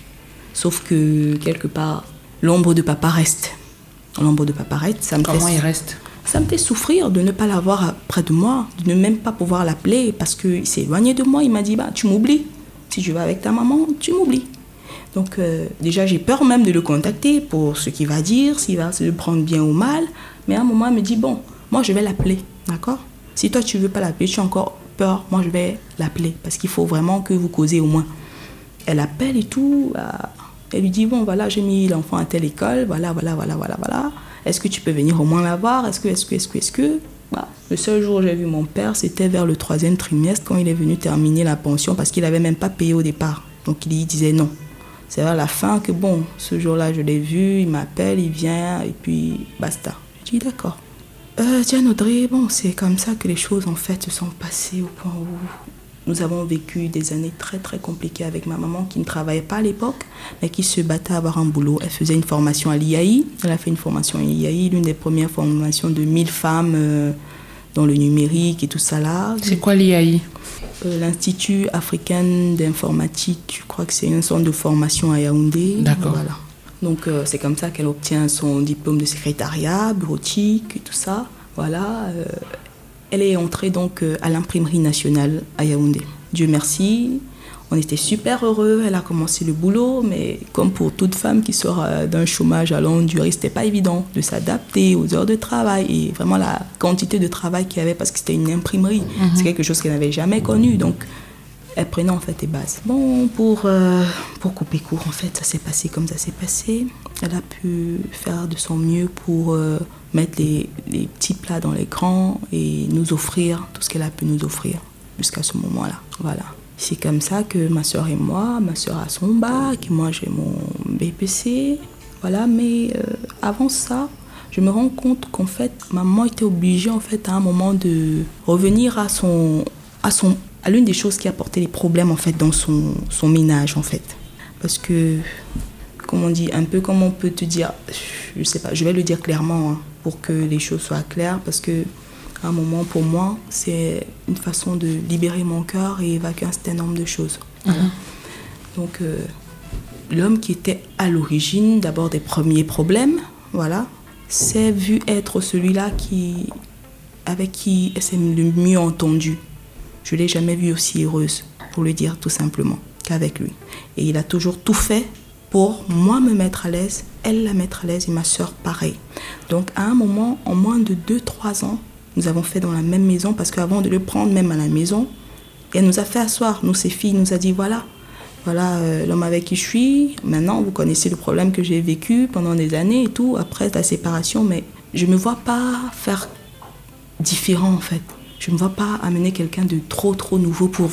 Sauf que, quelque part, l'ombre de papa reste. L'ombre de papa reste. Ça me
Comment
fait,
il reste?
Ça me fait souffrir de ne pas l'avoir près de moi, de ne même pas pouvoir l'appeler parce qu'il s'est éloigné de moi. Il m'a dit, bah, tu m'oublies. Si je vais avec ta maman, tu m'oublies. Donc euh, déjà j'ai peur même de le contacter pour ce qu'il va dire, s'il va se le prendre bien ou mal. Mais à un moment il me dit bon, moi je vais l'appeler, d'accord? Si toi tu veux pas l'appeler, tu as encore peur, moi je vais l'appeler parce qu'il faut vraiment que vous causez au moins. Elle appelle et tout, euh, elle lui dit bon voilà j'ai mis l'enfant à telle école, voilà voilà voilà voilà voilà. Est-ce que tu peux venir au moins la voir? Est-ce que est-ce que est-ce que est-ce que bah, le seul jour où j'ai vu mon père c'était vers le troisième trimestre quand il est venu terminer la pension parce qu'il avait même pas payé au départ. Donc il disait non. C'est vers la fin que, bon, ce jour-là, je l'ai vu, il m'appelle, il vient, et puis basta. Je dis d'accord. Euh, Diane Audrey, bon, c'est comme ça que les choses, en fait, se sont passées au point où nous avons vécu des années très, très compliquées avec ma maman qui ne travaillait pas à l'époque, mais qui se battait à avoir un boulot. Elle faisait une formation à l'I A I. Elle a fait une formation à l'I A I, l'une des premières formations de mille femmes euh, dans le numérique et tout ça là.
C'est quoi l'I A I?
Euh, L'Institut africain d'informatique, je crois que c'est une sorte de formation à Yaoundé.
D'accord.
Voilà. Donc euh, c'est comme ça qu'elle obtient son diplôme de secrétariat, bureautique et tout ça. Voilà. Euh, elle est entrée donc euh, à l'imprimerie nationale à Yaoundé. Dieu merci, on était super heureux. Elle a commencé le boulot, mais comme pour toute femme qui sort euh, d'un chômage à longue durée, c'était pas évident de s'adapter aux heures de travail et vraiment la quantité de travail qu'il y avait parce que c'était une imprimerie. Mm-hmm. C'est quelque chose qu'elle n'avait jamais connu, donc elle prenait en fait les bases. Bon, pour, euh, pour couper court, en fait, ça s'est passé comme ça s'est passé. Elle a pu faire de son mieux pour euh, mettre les, les petits plats dans les grands et nous offrir tout ce qu'elle a pu nous offrir jusqu'à ce moment-là. Voilà. C'est comme ça que ma soeur et moi, ma soeur a son bac, et moi j'ai mon B P C. Voilà, mais euh, avant ça, je me rends compte qu'en fait, maman était obligée en fait à un moment de revenir à son, à son, à l'une des choses qui a porté les problèmes en fait dans son, son ménage en fait, parce que, comme on dit, un peu comme on peut te dire, je sais pas, je vais le dire clairement hein, pour que les choses soient claires, parce que à un moment, pour moi, c'est une façon de libérer mon cœur et évacuer un certain nombre de choses. Voilà. Mm-hmm. Donc, euh, l'homme qui était à l'origine d'abord des premiers problèmes, voilà, s'est vu être celui-là qui, avec qui elle s'est le mieux entendue. Je ne l'ai jamais vue aussi heureuse, pour le dire tout simplement, qu'avec lui. Et il a toujours tout fait pour moi me mettre à l'aise, elle la mettre à l'aise et ma soeur pareil. Donc, à un moment, en moins de deux trois ans, nous avons fait dans la même maison parce qu'avant de le prendre même à la maison, elle nous a fait asseoir, nous ses filles, nous a dit voilà, voilà euh, l'homme avec qui je suis, maintenant vous connaissez le problème que j'ai vécu pendant des années et tout, après la séparation, mais je ne me vois pas faire différent en fait. Je ne me vois pas amener quelqu'un de trop trop nouveau pour vous.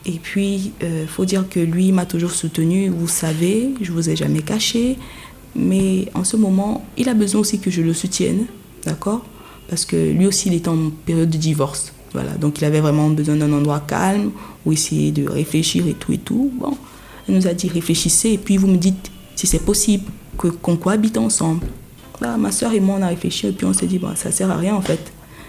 Et puis, il euh, faut dire que lui m'a toujours soutenue. Vous savez, je ne vous ai jamais caché. Mais en ce moment, il a besoin aussi que je le soutienne, d'accord? Parce que lui aussi, il est en période de divorce. Voilà, donc il avait vraiment besoin d'un endroit calme où essayer de réfléchir et tout et tout. Bon, elle nous a dit réfléchissez et puis vous me dites si c'est possible que, qu'on cohabite ensemble. Là, ma soeur et moi, on a réfléchi et puis on s'est dit, bon, ça ne sert à rien en fait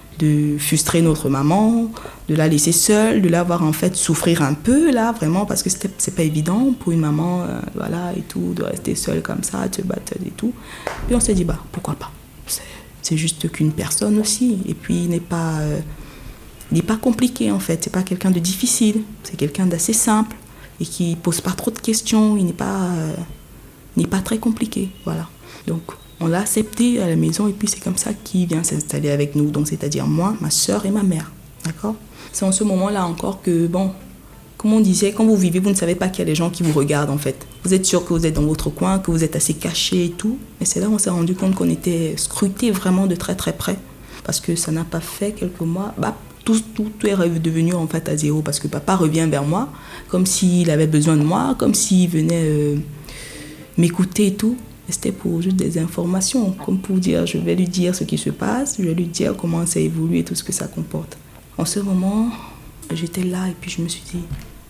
de frustrer notre maman, de la laisser seule, de la voir en fait souffrir un peu là, vraiment, parce que c'était, c'est pas évident pour une maman, euh, voilà, et tout, de rester seule comme ça, de se battre et tout. Puis on s'est dit, bah, pourquoi pas. C'est, c'est juste qu'une personne aussi, et puis il n'est pas... Euh, Il n'est pas compliqué en fait, c'est pas quelqu'un de difficile, c'est quelqu'un d'assez simple et qui ne pose pas trop de questions, il n'est pas, euh, il n'est pas très compliqué, voilà. Donc on l'a accepté à la maison et puis c'est comme ça qu'il vient s'installer avec nous, donc c'est-à-dire moi, ma soeur et ma mère, d'accord? C'est en ce moment-là encore que, bon, comme on disait, quand vous vivez, vous ne savez pas qu'il y a des gens qui vous regardent en fait. Vous êtes sûr que vous êtes dans votre coin, que vous êtes assez caché et tout, mais c'est là où on s'est rendu compte qu'on était scruté vraiment de très très près, parce que ça n'a pas fait quelques mois, bah, Tout, tout, tout est redevenu en fait à zéro parce que papa revient vers moi comme s'il avait besoin de moi, comme s'il venait euh, m'écouter et tout. Et c'était pour juste des informations, comme pour dire, je vais lui dire ce qui se passe, je vais lui dire comment ça évolue et tout ce que ça comporte. En ce moment, j'étais là et puis je me suis dit,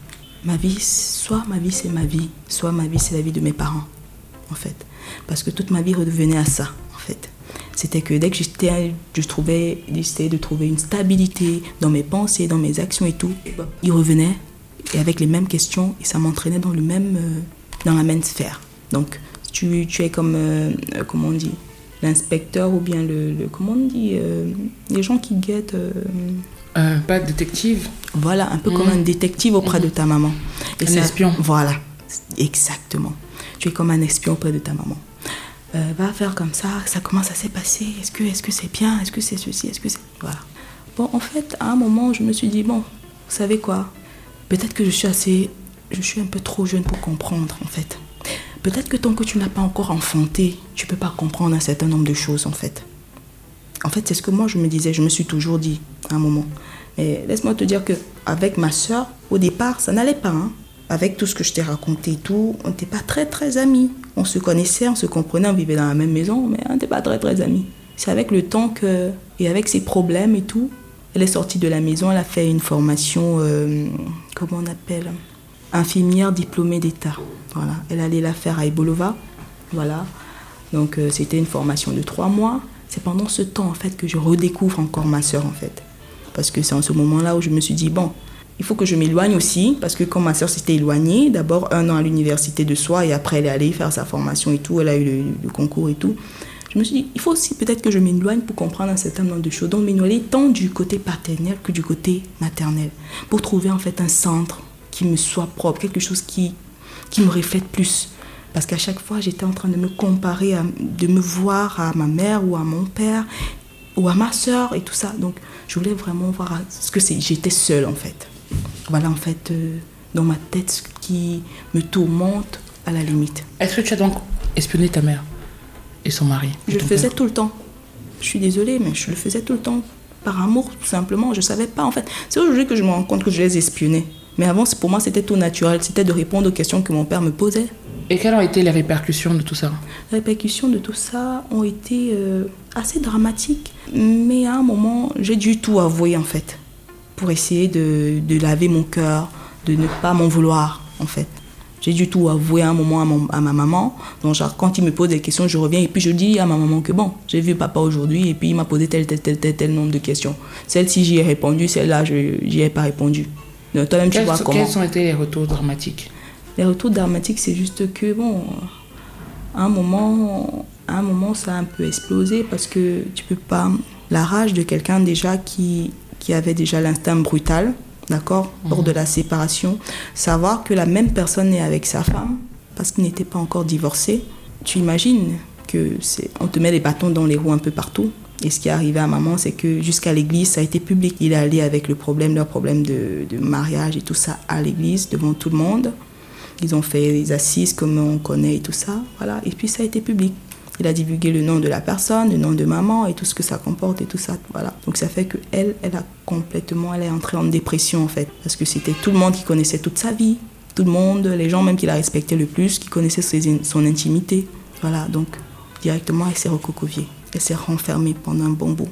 ma vie, soit ma vie c'est ma vie, soit ma vie c'est la vie de mes parents, en fait. Parce que toute ma vie redevenait à ça, en fait. C'était que dès que j'étais, je trouvais, j'essayais de trouver une stabilité dans mes pensées, dans mes actions et tout, il revenait et avec les mêmes questions et ça m'entraînait dans le même, euh, dans la même sphère. Donc tu, tu es comme, euh, comment on dit, l'inspecteur ou bien le, le comment on dit, euh, les gens qui guettent. Euh,
euh, pas détective.
Voilà, un peu mmh. comme un détective auprès mmh. de ta maman. Et
un
ça,
espion.
Voilà, exactement. Tu es comme un espion auprès de ta maman. Euh, va faire comme ça, ça commence à se passer, est-ce que, est-ce que c'est bien, est-ce que c'est ceci, est-ce que c'est... Voilà. Bon, en fait, à un moment, je me suis dit, bon, vous savez quoi, peut-être que je suis assez... Je suis un peu trop jeune pour comprendre, en fait. Peut-être que tant que tu n'as pas encore enfanté, tu ne peux pas comprendre un certain nombre de choses, en fait. En fait, c'est ce que moi, je me disais, je me suis toujours dit, à un moment. Mais laisse-moi te dire qu'avec ma soeur, au départ, ça n'allait pas, hein. Avec tout ce que je t'ai raconté et tout, on n'était pas très, très amis. On se connaissait, on se comprenait, on vivait dans la même maison, mais on n'était pas très, très amis. C'est avec le temps que, et avec ses problèmes et tout, elle est sortie de la maison, elle a fait une formation, euh, comment on appelle, infirmière diplômée d'État. Voilà, elle allait la faire à Ebolova. Voilà, donc euh, c'était une formation de trois mois. C'est pendant ce temps, en fait, que je redécouvre encore ma sœur, en fait. Parce que c'est en ce moment-là où je me suis dit, bon, il faut que je m'éloigne aussi, parce que quand ma sœur s'était éloignée, d'abord un an à l'université de Soie, et après elle est allée faire sa formation et tout, elle a eu le, le concours et tout. Je me suis dit, il faut aussi peut-être que je m'éloigne pour comprendre un certain nombre de choses. Donc m'éloigner tant du côté paternel que du côté maternel, pour trouver en fait un centre qui me soit propre, quelque chose qui, qui me reflète plus. Parce qu'à chaque fois, j'étais en train de me comparer, à, de me voir à ma mère ou à mon père, ou à ma sœur et tout ça. Donc je voulais vraiment voir ce que c'est. J'étais seule en fait. Voilà, en fait, euh, dans ma tête, ce qui me tourmente à la limite.
Est-ce que tu as donc espionné ta mère et son mari?
Je le faisais père. tout le temps. Je suis désolée, mais je le faisais tout le temps. Par amour, tout simplement. Je ne savais pas, en fait. C'est aujourd'hui que je me rends compte que je les espionnais. Mais avant, pour moi, c'était tout naturel. C'était de répondre aux questions que mon père me posait.
Et quelles ont été les répercussions de tout ça?
Les répercussions de tout ça ont été euh, assez dramatiques. Mais à un moment, j'ai dû tout avouer, en fait. Pour essayer de, de laver mon cœur, de ne pas m'en vouloir, en fait. J'ai dû tout avouer à un moment à, mon, à ma maman. Donc, genre, quand il me pose des questions, je reviens et puis je dis à ma maman que bon, j'ai vu papa aujourd'hui et puis il m'a posé tel, tel, tel, tel, tel nombre de questions. Celle-ci, j'y ai répondu, celle-là, je n'y ai pas répondu. Donc, toi-même, tu vois comment.
Quels ont été les retours dramatiques?
Les retours dramatiques, c'est juste que, bon, à un moment, à un moment, ça a un peu explosé parce que tu peux pas... La rage de quelqu'un déjà qui... qui avait déjà l'instinct brutal, d'accord, mmh. lors de la séparation, savoir que la même personne est avec sa femme, parce qu'il n'était pas encore divorcé, tu imagines que c'est, on te met les bâtons dans les roues un peu partout. Et ce qui est arrivé à maman, c'est que jusqu'à l'église, ça a été public. Il est allé avec le problème, leur problème de, de mariage et tout ça à l'église, devant tout le monde. Ils ont fait les assises comme on connaît et tout ça, voilà. Et puis ça a été public. Il a divulgué le nom de la personne, le nom de maman et tout ce que ça comporte et tout ça. Voilà. Donc ça fait qu'elle, elle a complètement, elle est entrée en dépression en fait. Parce que c'était tout le monde qui connaissait toute sa vie. Tout le monde, les gens même qui la respectaient le plus, qui connaissaient ses, son intimité. Voilà, donc directement elle s'est recocoviée. Elle s'est renfermée pendant un bon bout.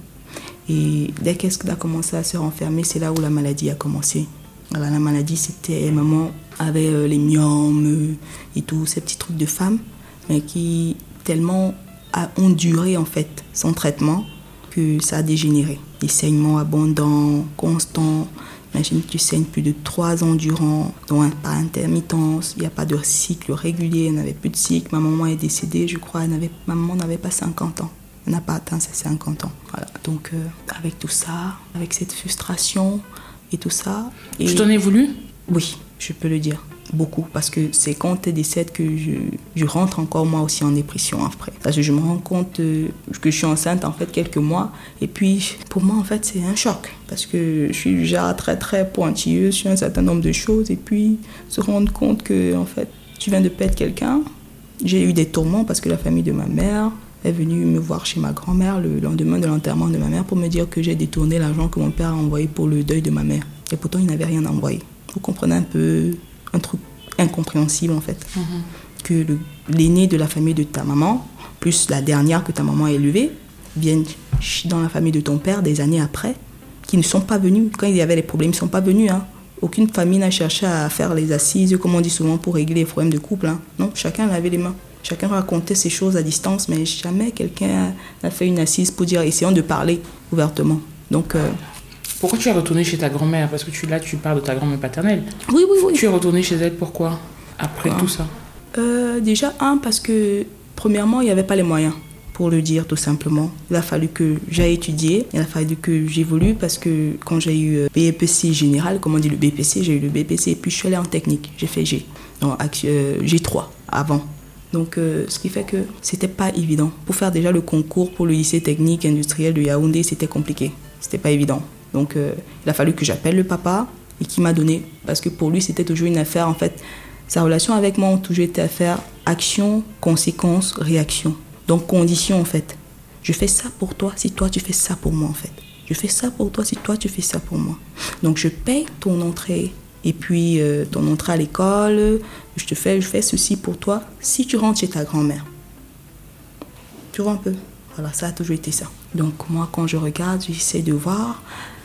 Et dès qu'elle a commencé à se renfermer, c'est là où la maladie a commencé. Voilà, la maladie, c'était, maman avait euh, les myomes euh, et tous ces petits trucs de femme, mais qui tellement a, ont duré en fait son traitement que ça a dégénéré. Des saignements abondants, constants. Imagine que tu saignes plus de trois ans durant, donc par intermittence, il n'y a pas de cycle régulier, elle n'avait plus de cycle. Ma maman est décédée, je crois, elle n'avait, ma maman n'avait pas cinquante ans. Elle n'a pas atteint ses cinquante ans. Voilà. Donc, euh, avec tout ça, avec cette frustration et tout ça... Et
tu t'en es voulu?
Oui, je peux le dire. Beaucoup. Parce que c'est quand elle décède que je, je rentre encore moi aussi en dépression après. Parce que je me rends compte euh, que je suis enceinte en fait quelques mois. Et puis, pour moi, en fait, c'est un choc. Parce que je suis déjà très, très pointilleuse sur un certain nombre de choses. Et puis, se rendre compte que, en fait, tu viens de perdre quelqu'un. J'ai eu des tourments parce que la famille de ma mère est venue me voir chez ma grand-mère le lendemain de l'enterrement de ma mère pour me dire que j'ai détourné l'argent que mon père a envoyé pour le deuil de ma mère. Et pourtant, il n'avait rien envoyé. Vous comprenez un peu un truc incompréhensible en fait. Mm-hmm. Que le, l'aîné de la famille de ta maman, plus la dernière que ta maman a élevée, viennent dans la famille de ton père des années après, qui ne sont pas venus. Quand il y avait les problèmes, ils ne sont pas venus. Hein. Aucune famille n'a cherché à faire les assises, comme on dit souvent, pour régler les problèmes de couple. Hein. Non, chacun lavait les mains. Chacun racontait ces choses à distance, mais jamais quelqu'un n'a fait une assise pour dire, essayons de parler ouvertement. Donc... Euh,
Pourquoi tu es retournée chez ta grand-mère? Parce que tu, là, tu parles de ta grand-mère paternelle.
Oui, oui, oui.
Tu es retournée chez elle, pourquoi? Après ah. tout ça
euh, Déjà, un, parce que, premièrement, il n'y avait pas les moyens, pour le dire tout simplement. Il a fallu que j'aille étudier, il a fallu que j'évolue, parce que quand j'ai eu B P C général, comme on dit le B P C, j'ai eu le B P C, et puis je suis allée en technique. J'ai fait G, non, euh, G trois, avant. Donc, euh, ce qui fait que c'était pas évident. Pour faire déjà le concours pour le lycée technique industriel de Yaoundé, c'était compliqué. C'était pas évident. Donc, euh, il a fallu que j'appelle le papa et qu'il m'a donné. Parce que pour lui, c'était toujours une affaire, en fait. Sa relation avec moi a toujours été affaire action, conséquence, réaction. Donc, condition, en fait. Je fais ça pour toi si toi, tu fais ça pour moi, en fait. Je fais ça pour toi si toi, tu fais ça pour moi. Donc, je paye ton entrée et puis euh, ton entrée à l'école. Je te fais, je fais ceci pour toi si tu rentres chez ta grand-mère. Tu vois un peu? Voilà, ça a toujours été ça. Donc, moi, quand je regarde, j'essaie de voir...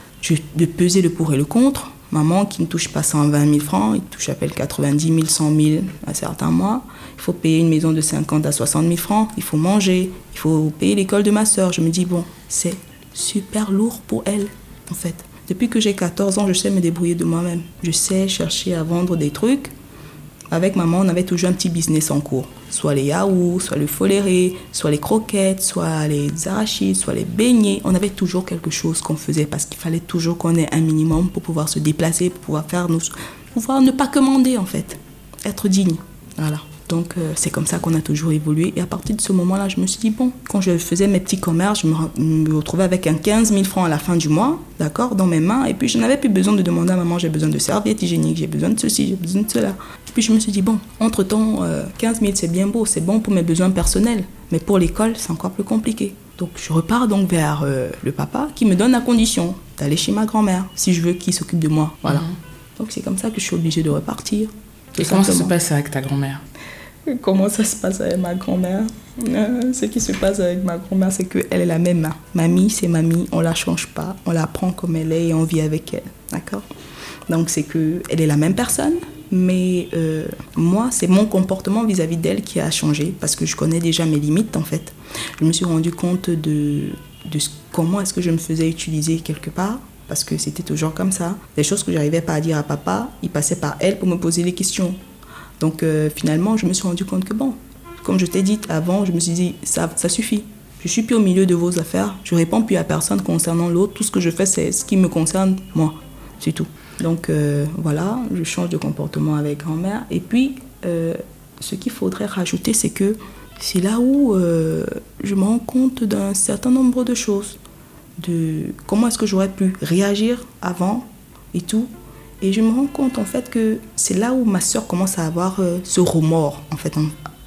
de peser le pour et le contre. Maman qui ne touche pas cent vingt mille francs, il touche à peine quatre-vingt-dix mille, cent mille à certains mois. Il faut payer une maison de cinquante à soixante mille francs. Il faut manger. Il faut payer l'école de ma soeur. Je me dis, bon, c'est super lourd pour elle, en fait. Depuis que j'ai quatorze ans, je sais me débrouiller de moi-même. Je sais chercher à vendre des trucs. Avec maman, on avait toujours un petit business en cours. Soit les yaourts, soit le foléré, soit les croquettes, soit les arachides, soit les beignets. On avait toujours quelque chose qu'on faisait parce qu'il fallait toujours qu'on ait un minimum pour pouvoir se déplacer, pour pouvoir faire nos... pouvoir ne pas commander en fait. Être digne. Voilà. Donc euh, c'est comme ça qu'on a toujours évolué. Et à partir de ce moment-là, je me suis dit, bon, quand je faisais mes petits commerces, je me, me retrouvais avec un quinze mille francs à la fin du mois, d'accord, dans mes mains. Et puis je n'avais plus besoin de demander à maman, j'ai besoin de serviettes hygiéniques, j'ai besoin de ceci, j'ai besoin de cela. Et puis je me suis dit, bon, entre-temps, euh, quinze mille c'est bien beau, c'est bon pour mes besoins personnels. Mais pour l'école, c'est encore plus compliqué. Donc je repars donc vers euh, le papa qui me donne la condition d'aller chez ma grand-mère, si je veux qu'il s'occupe de moi. Voilà. Mm-hmm. Donc c'est comme ça que je suis obligée de repartir.
Et comment ça se passe avec ta grand-mère?
Comment ça se passe avec ma grand-mère? euh, Ce qui se passe avec ma grand-mère, c'est qu'elle est la même. Mamie, c'est mamie, on ne la change pas, on la prend comme elle est et on vit avec elle. D'accord? Donc c'est qu'elle est la même personne, mais euh, moi, c'est mon comportement vis-à-vis d'elle qui a changé parce que je connais déjà mes limites en fait. Je me suis rendu compte de, de comment est-ce que je me faisais utiliser quelque part. Parce que c'était toujours comme ça. Des choses que je n'arrivais pas à dire à papa, il passait par elle pour me poser les questions. Donc euh, finalement, je me suis rendu compte que bon, comme je t'ai dit avant, je me suis dit, ça, ça suffit. Je ne suis plus au milieu de vos affaires. Je ne réponds plus à personne concernant l'autre. Tout ce que je fais, c'est ce qui me concerne, moi. C'est tout. Donc euh, voilà, je change de comportement avec grand-mère. Et puis, euh, ce qu'il faudrait rajouter, c'est que c'est là où euh, je me rends compte d'un certain nombre de choses. De comment est-ce que j'aurais pu réagir avant et tout. Et je me rends compte en fait que c'est là où ma soeur commence à avoir euh, ce remords en fait, en,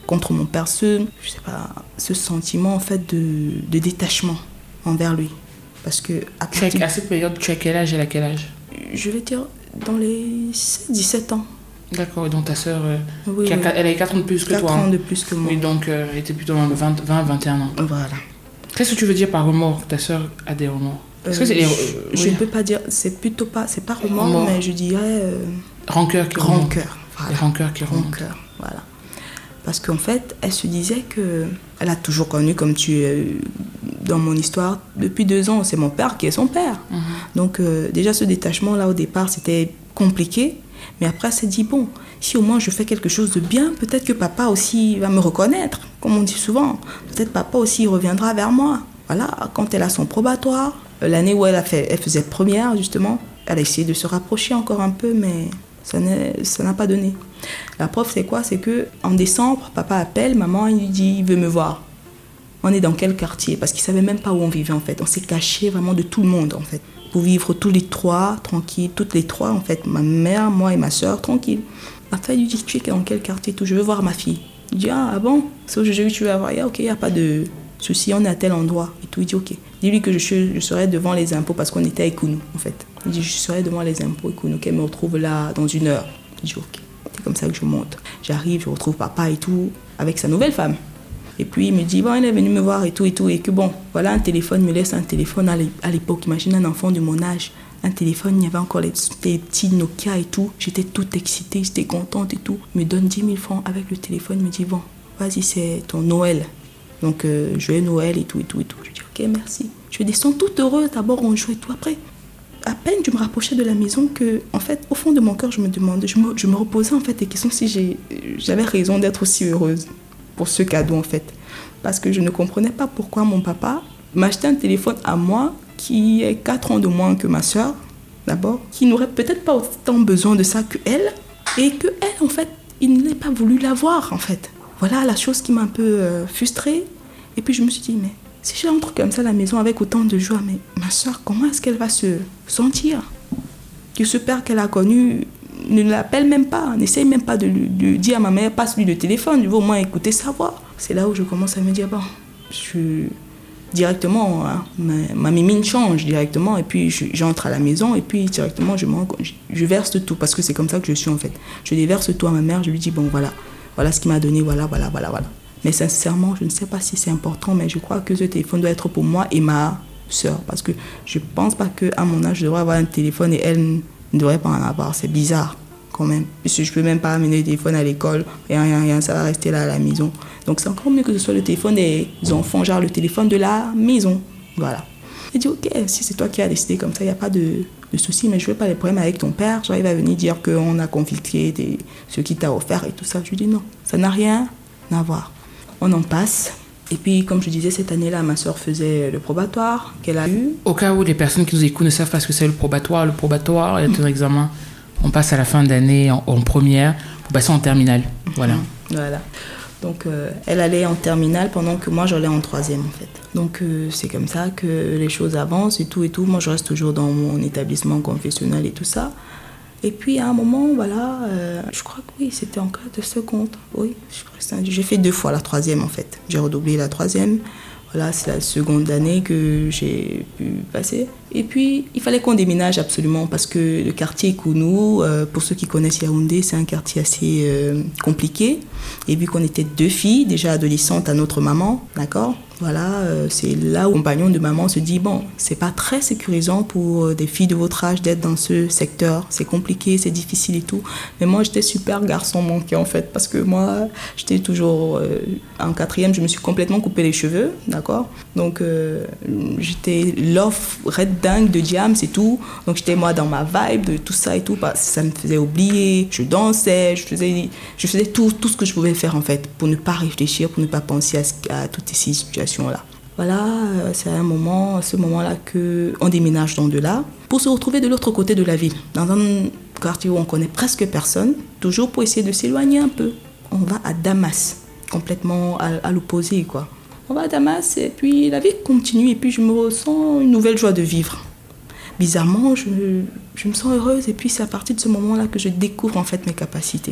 contre mon père, ce, je sais pas, ce sentiment en fait de, de détachement envers lui. Parce que à,
partir... à cette période, tu as quel âge et à quel âge?
Je vais dire dans les dix-sept ans.
D'accord, et donc ta sœur, euh,
oui,
qui a,
oui.
elle avait quatre ans de plus que
quatre
toi.
quatre ans
hein.
de plus que moi.
Oui, donc euh, elle était plutôt dans le vingt, vingt, vingt et un ans.
Voilà.
Qu'est-ce que tu veux dire par remords? Ta sœur a des remords?
Euh,
que c'est,
je
euh,
je
oui.
ne peux pas dire, c'est plutôt pas, c'est pas remords,
remords.
mais je dirais... Euh,
rancœur qui
rancœur.
remonte.
Voilà.
Les rancœurs qui remontent.
Rancœur, voilà. Parce qu'en fait, elle se disait que... Elle a toujours connu, comme tu... Euh, dans mon histoire, depuis deux ans, c'est mon père qui est son père. Mm-hmm. Donc euh, déjà, ce détachement-là, au départ, c'était compliqué. Mais après, elle s'est dit, bon, si au moins je fais quelque chose de bien, peut-être que papa aussi va me reconnaître, comme on dit souvent. Peut-être papa aussi reviendra vers moi. Voilà, quand elle a son probatoire, l'année où elle, a fait, elle faisait première, justement, elle a essayé de se rapprocher encore un peu, mais ça, ça n'a pas donné. La preuve, c'est quoi? C'est qu'en décembre, papa appelle, maman, il lui dit, il veut me voir. On est dans quel quartier? Parce qu'il ne savait même pas où on vivait, en fait. On s'est caché vraiment de tout le monde, en fait. Pour vivre tous les trois, tranquilles, toutes les trois, en fait. Ma mère, moi et ma soeur, tranquilles. Après, il lui dit, tu es dans quel quartier? Tout, je veux voir ma fille. Il dit, ah, ah bon? C'est aujourd'hui que tu veux avoir? Ok, il n'y a pas de souci, on est à tel endroit. Et tout, il dit, ok. Dis-lui que je, je serai devant les impôts, parce qu'on était à Ekounou, en fait. Il dit, je serai devant les impôts, Ekounou, qu'elle me retrouve là dans une heure. Il dit, ok. C'est comme ça que je monte. J'arrive, je retrouve papa et tout, avec sa nouvelle femme. Et puis il me dit, bon, il est venu me voir et tout et tout. Et que bon, voilà un téléphone, il me laisse un téléphone à l'époque. Imagine un enfant de mon âge. Un téléphone, il y avait encore les, les petits Nokia et tout. J'étais toute excitée, j'étais contente et tout. Il me donne dix mille francs avec le téléphone. Il me dit, bon, vas-y, c'est ton Noël. Donc, euh, joyeux Noël et tout et tout et tout. Je dis, ok, merci. Je descends toute heureuse. D'abord, on joue et tout. Après, à peine je me rapprochais de la maison que, en fait, au fond de mon cœur, je me demandais, je me, je me reposais en fait des questions si j'ai, j'avais raison d'être aussi heureuse pour ce cadeau en fait. Parce que je ne comprenais pas pourquoi mon papa m'achetait un téléphone à moi qui est quatre ans de moins que ma soeur, d'abord, qui n'aurait peut-être pas autant besoin de ça qu'elle, et qu'elle, en fait, il n'ait pas voulu l'avoir, en fait. Voilà la chose qui m'a un peu euh, frustrée. Et puis je me suis dit, mais si j'entre comme ça à la maison avec autant de joie, mais ma soeur, comment est-ce qu'elle va se sentir? Que ce père qu'elle a connu ne l'appelle même pas, n'essaye même pas de lui de dire à ma mère, passe-lui le téléphone, je veux au moins écouter sa voix. C'est là où je commence à me dire, bon, je, directement, hein, ma, ma mimine change directement, et puis je, j'entre à la maison, et puis directement, je, je, je verse tout, parce que c'est comme ça que je suis en fait. Je déverse tout à ma mère, je lui dis, bon, voilà, voilà ce qu'il m'a donné, voilà, voilà, voilà, voilà. Mais sincèrement, je ne sais pas si c'est important, mais je crois que ce téléphone doit être pour moi et ma soeur, parce que je ne pense pas qu'à mon âge, je devrais avoir un téléphone et elle ne devrait pas en avoir. C'est bizarre quand même, puisque je ne peux même pas amener le téléphone à l'école, rien, rien, rien, ça va rester là à la maison. Donc c'est encore mieux que ce soit le téléphone des enfants, genre le téléphone de la maison. Voilà. J'ai dit, ok, si c'est toi qui as décidé comme ça, il n'y a pas de, de souci, mais je ne veux pas les problèmes avec ton père. Genre, il va venir dire qu'on a confisqué des, ce qu'il t'a offert et tout ça. Je lui dis non, ça n'a rien à voir. On en passe. Et puis, comme je disais, cette année-là, ma soeur faisait le probatoire qu'elle a eu.
Au cas où les personnes qui nous écoutent ne savent pas ce que c'est le probatoire, le probatoire est un examen. On passe à la fin d'année en, en première pour passer en terminale. Voilà.
Voilà. Donc, euh, elle allait en terminale pendant que moi, j'allais en troisième, en fait. Donc, euh, c'est comme ça que les choses avancent et tout et tout. Moi, je reste toujours dans mon établissement confessionnel et tout ça. Et puis, à un moment, voilà, euh, je crois que oui, c'était en classe de seconde. Oui, j'ai fait deux fois la troisième, en fait. J'ai redoublé la troisième. Voilà, c'est la seconde année que j'ai pu passer. Et puis, il fallait qu'on déménage absolument parce que le quartier Ekounou, euh, pour ceux qui connaissent Yaoundé, c'est un quartier assez euh, compliqué. Et vu qu'on était deux filles, déjà adolescentes à notre maman, d'accord ? Voilà, euh, c'est là où le compagnon de maman se dit, bon, c'est pas très sécurisant pour euh, des filles de votre âge d'être dans ce secteur. C'est compliqué, c'est difficile et tout. Mais moi, j'étais super garçon manqué en fait, parce que moi, j'étais toujours... Euh, en quatrième, je me suis complètement coupé les cheveux, d'accord ? Donc, euh, j'étais l'offre red dingue de Diams et tout. Donc, j'étais moi dans ma vibe de tout ça et tout. Parce que ça me faisait oublier. Je dansais, je faisais, je faisais tout, tout ce que je pouvais faire en fait, pour ne pas réfléchir, pour ne pas penser à, à toutes ces situations. Là. Voilà, c'est à un moment, à ce moment-là qu'on déménage dans de là pour se retrouver de l'autre côté de la ville, dans un quartier où on connaît presque personne, toujours pour essayer de s'éloigner un peu. On va à Damas, complètement à, à l'opposé, quoi. On va à Damas et puis la vie continue et puis je me ressens une nouvelle joie de vivre. Bizarrement, je, je me sens heureuse et puis c'est à partir de ce moment-là que je découvre en fait mes capacités.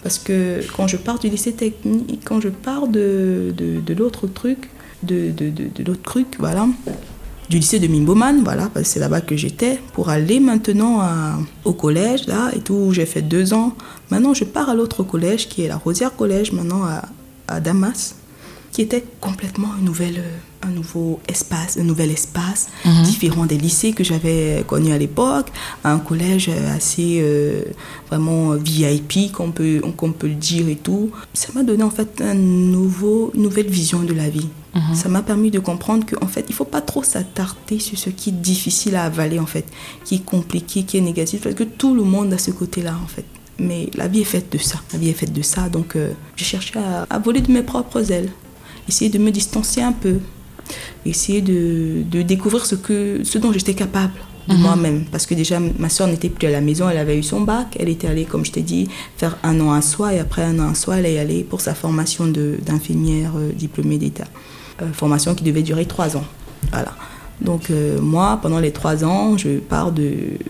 Parce que quand je pars du lycée technique, quand je pars de, de, de l'autre truc, de, de, de, de l'autre truc, voilà, du lycée de Mimboman, voilà, parce que c'est là-bas que j'étais, pour aller maintenant à, au collège, là, et tout, j'ai fait deux ans. Maintenant, je pars à l'autre collège, qui est la Rosière Collège, maintenant à, à Damas, qui était complètement une nouvelle, un nouveau espace, un nouvel espace, mmh. différent des lycées que j'avais connus à l'époque, un collège assez euh, vraiment V I P, qu'on peut, qu'on peut le dire et tout. Ça m'a donné en fait un nouveau, une nouvelle vision de la vie. Mmh. Ça m'a permis de comprendre qu'en fait, il ne faut pas trop s'attarder sur ce qui est difficile à avaler, en fait, qui est compliqué, qui est négatif, parce que tout le monde a ce côté-là, en fait. Mais la vie est faite de ça, la vie est faite de ça, donc euh, j'ai cherché à, à voler de mes propres ailes. Essayer de me distancer un peu, essayer de, de découvrir ce, que, ce dont j'étais capable de mmh. moi-même. Parce que déjà, ma soeur n'était plus à la maison, elle avait eu son bac, elle était allée, comme je t'ai dit, faire un an à soi, et après un an à soi, elle est allée pour sa formation de, d'infirmière euh, diplômée d'État. Euh, formation qui devait durer trois ans. Voilà. Donc euh, moi, pendant les trois ans, je pars de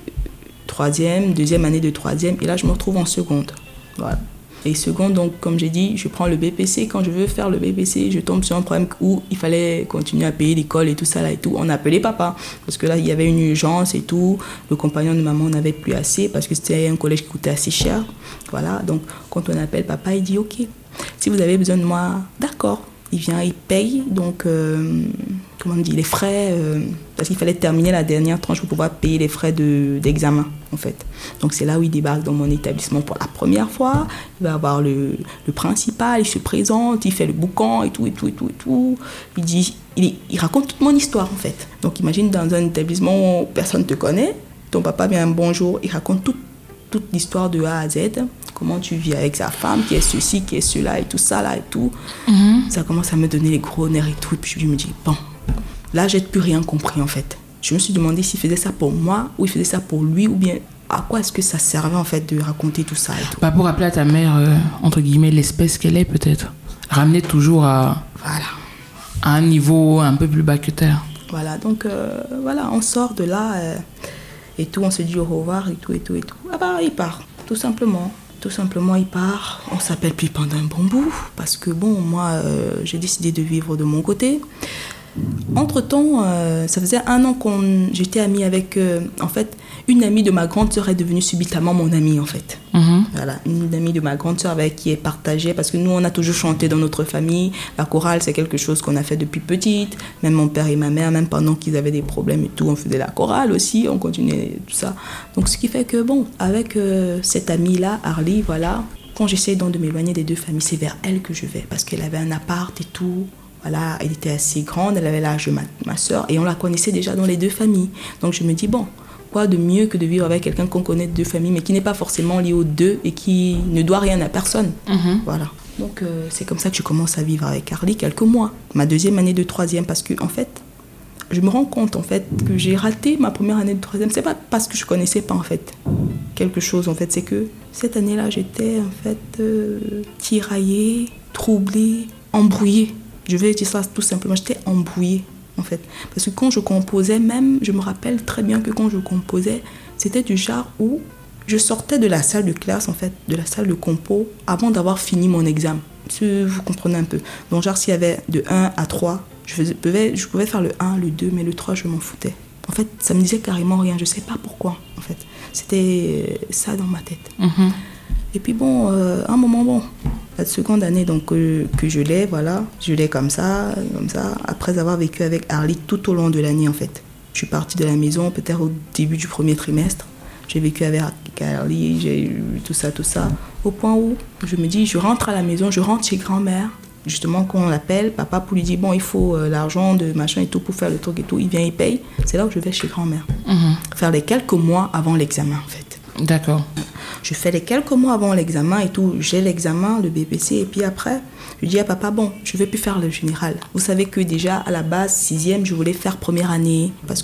troisième, deuxième année de troisième, et là, je me retrouve en seconde. Voilà. Et seconde, donc, comme j'ai dit, je prends le B P C. Quand je veux faire le B P C, je tombe sur un problème où il fallait continuer à payer l'école et tout ça, là et tout. On a appelé papa, parce que là, il y avait une urgence et tout. Le compagnon de maman n'avait plus assez, parce que c'était un collège qui coûtait assez cher. Voilà, donc, quand on appelle papa, il dit, OK, si vous avez besoin de moi, d'accord. Il vient, il paye, donc, euh, comment on dit, les frais, euh, parce qu'il fallait terminer la dernière tranche pour pouvoir payer les frais de, d'examen, en fait. Donc, c'est là où il débarque dans mon établissement pour la première fois. Il va avoir le, le principal, il se présente, il fait le boucan et tout, et tout, et tout, et tout. Il dit, il, il raconte toute mon histoire, en fait. Donc, imagine dans un établissement où personne ne te connaît, ton papa vient un bonjour, il raconte tout, toute l'histoire de A à Z. Comment tu vis avec sa femme, qui est ceci, qui est cela, et tout ça, là, et tout. Mm-hmm. Ça commence à me donner les gros nerfs et tout. Et puis je me dis, bon, là, j'ai plus rien compris, en fait. Je me suis demandé s'il faisait ça pour moi, ou il faisait ça pour lui, ou bien à quoi est-ce que ça servait, en fait, de raconter tout ça et tout.
Pas pour rappeler à ta mère, euh, entre guillemets, l'espèce qu'elle est, peut-être. Ramener toujours à,
voilà.
à un niveau un peu plus bas que terre.
Voilà, donc, euh, voilà, on sort de là, euh, et tout, on se dit au revoir, et tout, et tout, et tout. Ah bah, il part, tout simplement. Tout simplement, il part. On s'appelle plus pendant un bon bout. Parce que, bon, moi, euh, j'ai décidé de vivre de mon côté. Entre-temps, euh, ça faisait un an que j'étais amie avec... Euh, en fait, une amie de ma grande sœur est devenue subitement mon amie, en fait. Mm-hmm. Voilà, une amie de ma grande sœur avec qui elle partageait. Parce que nous, on a toujours chanté dans notre famille. La chorale, c'est quelque chose qu'on a fait depuis petite. Même mon père et ma mère, même pendant qu'ils avaient des problèmes et tout, on faisait la chorale aussi. On continuait tout ça. Donc, ce qui fait que, bon, avec euh, cette amie-là, Arlie, voilà, quand j'essaie donc de m'éloigner des deux familles, c'est vers elle que je vais. Parce qu'elle avait un appart et tout. Voilà, elle était assez grande, elle avait l'âge de ma, ma soeur et on la connaissait déjà dans les deux familles. Donc je me dis, bon, quoi de mieux que de vivre avec quelqu'un qu'on connaît de deux familles, mais qui n'est pas forcément lié aux deux et qui ne doit rien à personne. Mm-hmm. Voilà. Donc euh, c'est comme ça que je commence à vivre avec Arlie quelques mois, ma deuxième année de troisième, parce que en fait, je me rends compte en fait que j'ai raté ma première année de troisième. C'est pas parce que je connaissais pas en fait quelque chose en fait, c'est que cette année-là j'étais en fait euh, tiraillée, troublée, embrouillée. Je vais dire ça tout simplement, j'étais embrouillée en fait. Parce que quand je composais même, je me rappelle très bien que quand je composais, c'était du genre où je sortais de la salle de classe en fait, de la salle de compo, avant d'avoir fini mon examen. Vous comprenez un peu. Donc genre s'il y avait de un à trois, je, faisais, je, pouvais, je pouvais faire le un, le deux, mais le trois je m'en foutais. En fait, ça me disait carrément rien, je sais pas pourquoi en fait. C'était ça dans ma tête. Mm-hmm. Et puis bon, euh, un moment, bon, la seconde année donc, euh, que je l'ai, voilà, je l'ai comme ça, comme ça, après avoir vécu avec Arlie tout au long de l'année en fait. Je suis partie de la maison peut-être au début du premier trimestre. J'ai vécu avec Arlie, j'ai eu tout ça, tout ça, au point où je me dis, je rentre à la maison, je rentre chez grand-mère, justement quand on l'appelle, papa pour lui dire, bon, il faut euh, l'argent de machin et tout pour faire le truc et tout, il vient, il paye. C'est là où je vais chez grand-mère, mmh. faire les quelques mois avant l'examen en fait.
D'accord.
Je fais les quelques mois avant l'examen et tout. J'ai l'examen, le B P C. Et puis après, je dis à papa, bon, je ne vais plus faire le général. Vous savez que déjà, à la base, sixième, je voulais faire première année. Parce que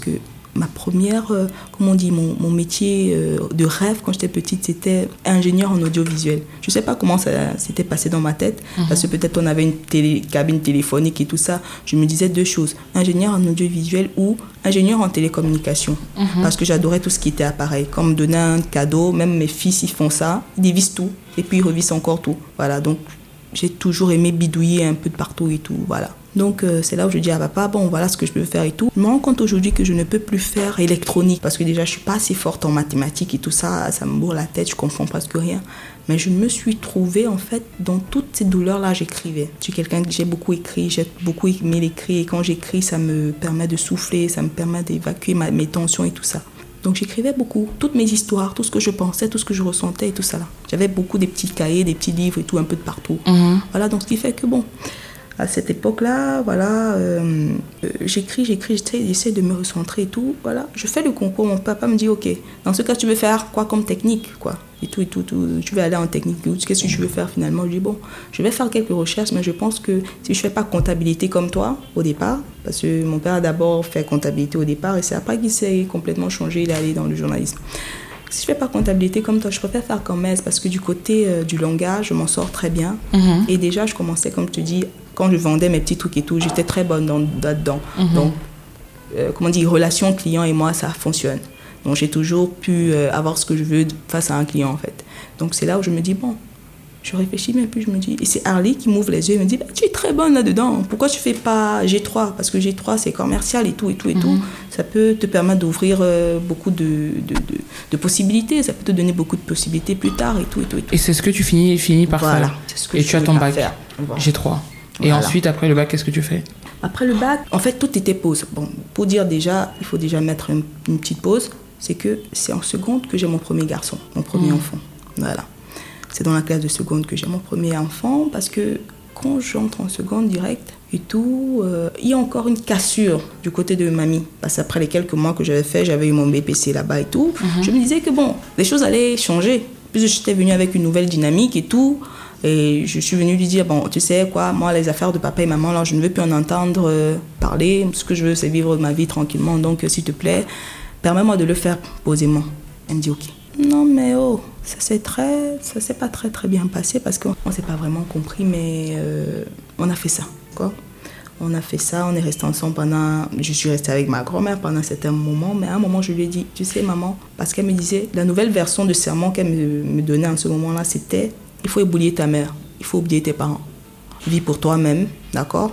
ma première, euh, comment on dit, mon, mon métier euh, de rêve quand j'étais petite, c'était ingénieur en audiovisuel. Je ne sais pas comment ça s'était passé dans ma tête, mm-hmm. parce que peut-être on avait une télé, cabine téléphonique et tout ça. Je me disais deux choses, ingénieur en audiovisuel ou ingénieur en télécommunication. Mm-hmm. Parce que j'adorais tout ce qui était appareil. Comme me donner un cadeau, même mes fils, ils font ça, ils dévissent tout et puis ils revissent encore tout. Voilà, donc j'ai toujours aimé bidouiller un peu de partout et tout, voilà. Donc euh, c'est là où je dis à papa, bon voilà ce que je peux faire et tout. Je me rends compte aujourd'hui que je ne peux plus faire électronique parce que déjà je suis pas assez forte en mathématiques et tout ça, ça me bourre la tête, je comprends presque rien. Mais je me suis trouvée en fait dans toutes ces douleurs-là, j'écrivais. Je suis quelqu'un que j'ai beaucoup écrit, j'ai beaucoup aimé l'écrit et quand j'écris ça me permet de souffler, ça me permet d'évacuer ma, mes tensions et tout ça. Donc j'écrivais beaucoup, toutes mes histoires, tout ce que je pensais, tout ce que je ressentais et tout ça là. J'avais beaucoup des petits cahiers, des petits livres et tout un peu de partout. Mmh. Voilà, donc ce qui fait que bon... À cette époque-là, voilà, euh, euh, j'écris, j'écris, j'essaie, j'essaie de me recentrer et tout. Voilà, je fais le concours. Mon papa me dit, ok, dans ce cas, tu veux faire quoi comme technique, quoi, et tout, et tout, tout. Tu veux aller en technique. Qu'est-ce que tu veux faire finalement? Je dis bon, je vais faire quelques recherches, mais je pense que si je fais pas comptabilité comme toi au départ, parce que mon père a d'abord fait comptabilité au départ et c'est après qu'il s'est complètement changé, il est allé dans le journalisme. Si je ne fais pas comptabilité comme toi, je préfère faire commerce parce que du côté euh, du langage, je m'en sors très bien. Mm-hmm. Et déjà, je commençais, comme je te dis, quand je vendais mes petits trucs et tout, j'étais très bonne dans, là-dedans. Mm-hmm. Donc, euh, comment dire, relation client et moi, ça fonctionne. Donc, j'ai toujours pu euh, avoir ce que je veux face à un client, en fait. Donc, c'est là où je me dis, bon, je réfléchis, mais puis je me dis... Et c'est Harley qui m'ouvre les yeux et me dit, bah, tu es très bonne là-dedans. Pourquoi tu ne fais pas G trois? Parce que G trois, c'est commercial et tout, et tout, et mm-hmm. tout. Ça peut te permettre d'ouvrir euh, beaucoup de, de, de, de possibilités. Ça peut te donner beaucoup de possibilités plus tard et tout, et tout, et tout.
Et c'est ce que tu finis, finis par
voilà,
faire.
C'est ce que
et
je
tu as ton bac,
voilà.
G trois. Et voilà. Ensuite, après le bac, qu'est-ce que tu fais?
Après le bac, en fait, tout était pause. Bon, pour dire déjà, il faut déjà mettre une, une petite pause. C'est que c'est en seconde que j'ai mon premier garçon, mon premier mmh. enfant. Voilà. C'est dans la classe de seconde que j'ai mon premier enfant parce que quand j'entre en seconde direct et tout, euh, il y a encore une cassure du côté de mamie. Parce qu'après les quelques mois que j'avais fait, j'avais eu mon B P C là-bas et tout. Mm-hmm. Je me disais que bon, les choses allaient changer. Puis j'étais venue avec une nouvelle dynamique et tout. Et je suis venue lui dire, bon, tu sais quoi, moi, les affaires de papa et maman, là, je ne veux plus en entendre euh, parler. Ce que je veux, c'est vivre ma vie tranquillement. Donc, euh, s'il te plaît, permets-moi de le faire posément. Elle me dit, ok. Non, mais oh, ça s'est très, ça s'est pas très très bien passé parce qu'on ne s'est pas vraiment compris, mais euh, on a fait ça, quoi. On a fait ça, on est resté ensemble pendant... Je suis restée avec ma grand-mère pendant un certain moment, mais à un moment, je lui ai dit, tu sais, maman, parce qu'elle me disait, la nouvelle version de serment qu'elle me, me donnait en ce moment-là, c'était, il faut oublier ta mère, il faut oublier tes parents. Vis pour toi-même, d'accord?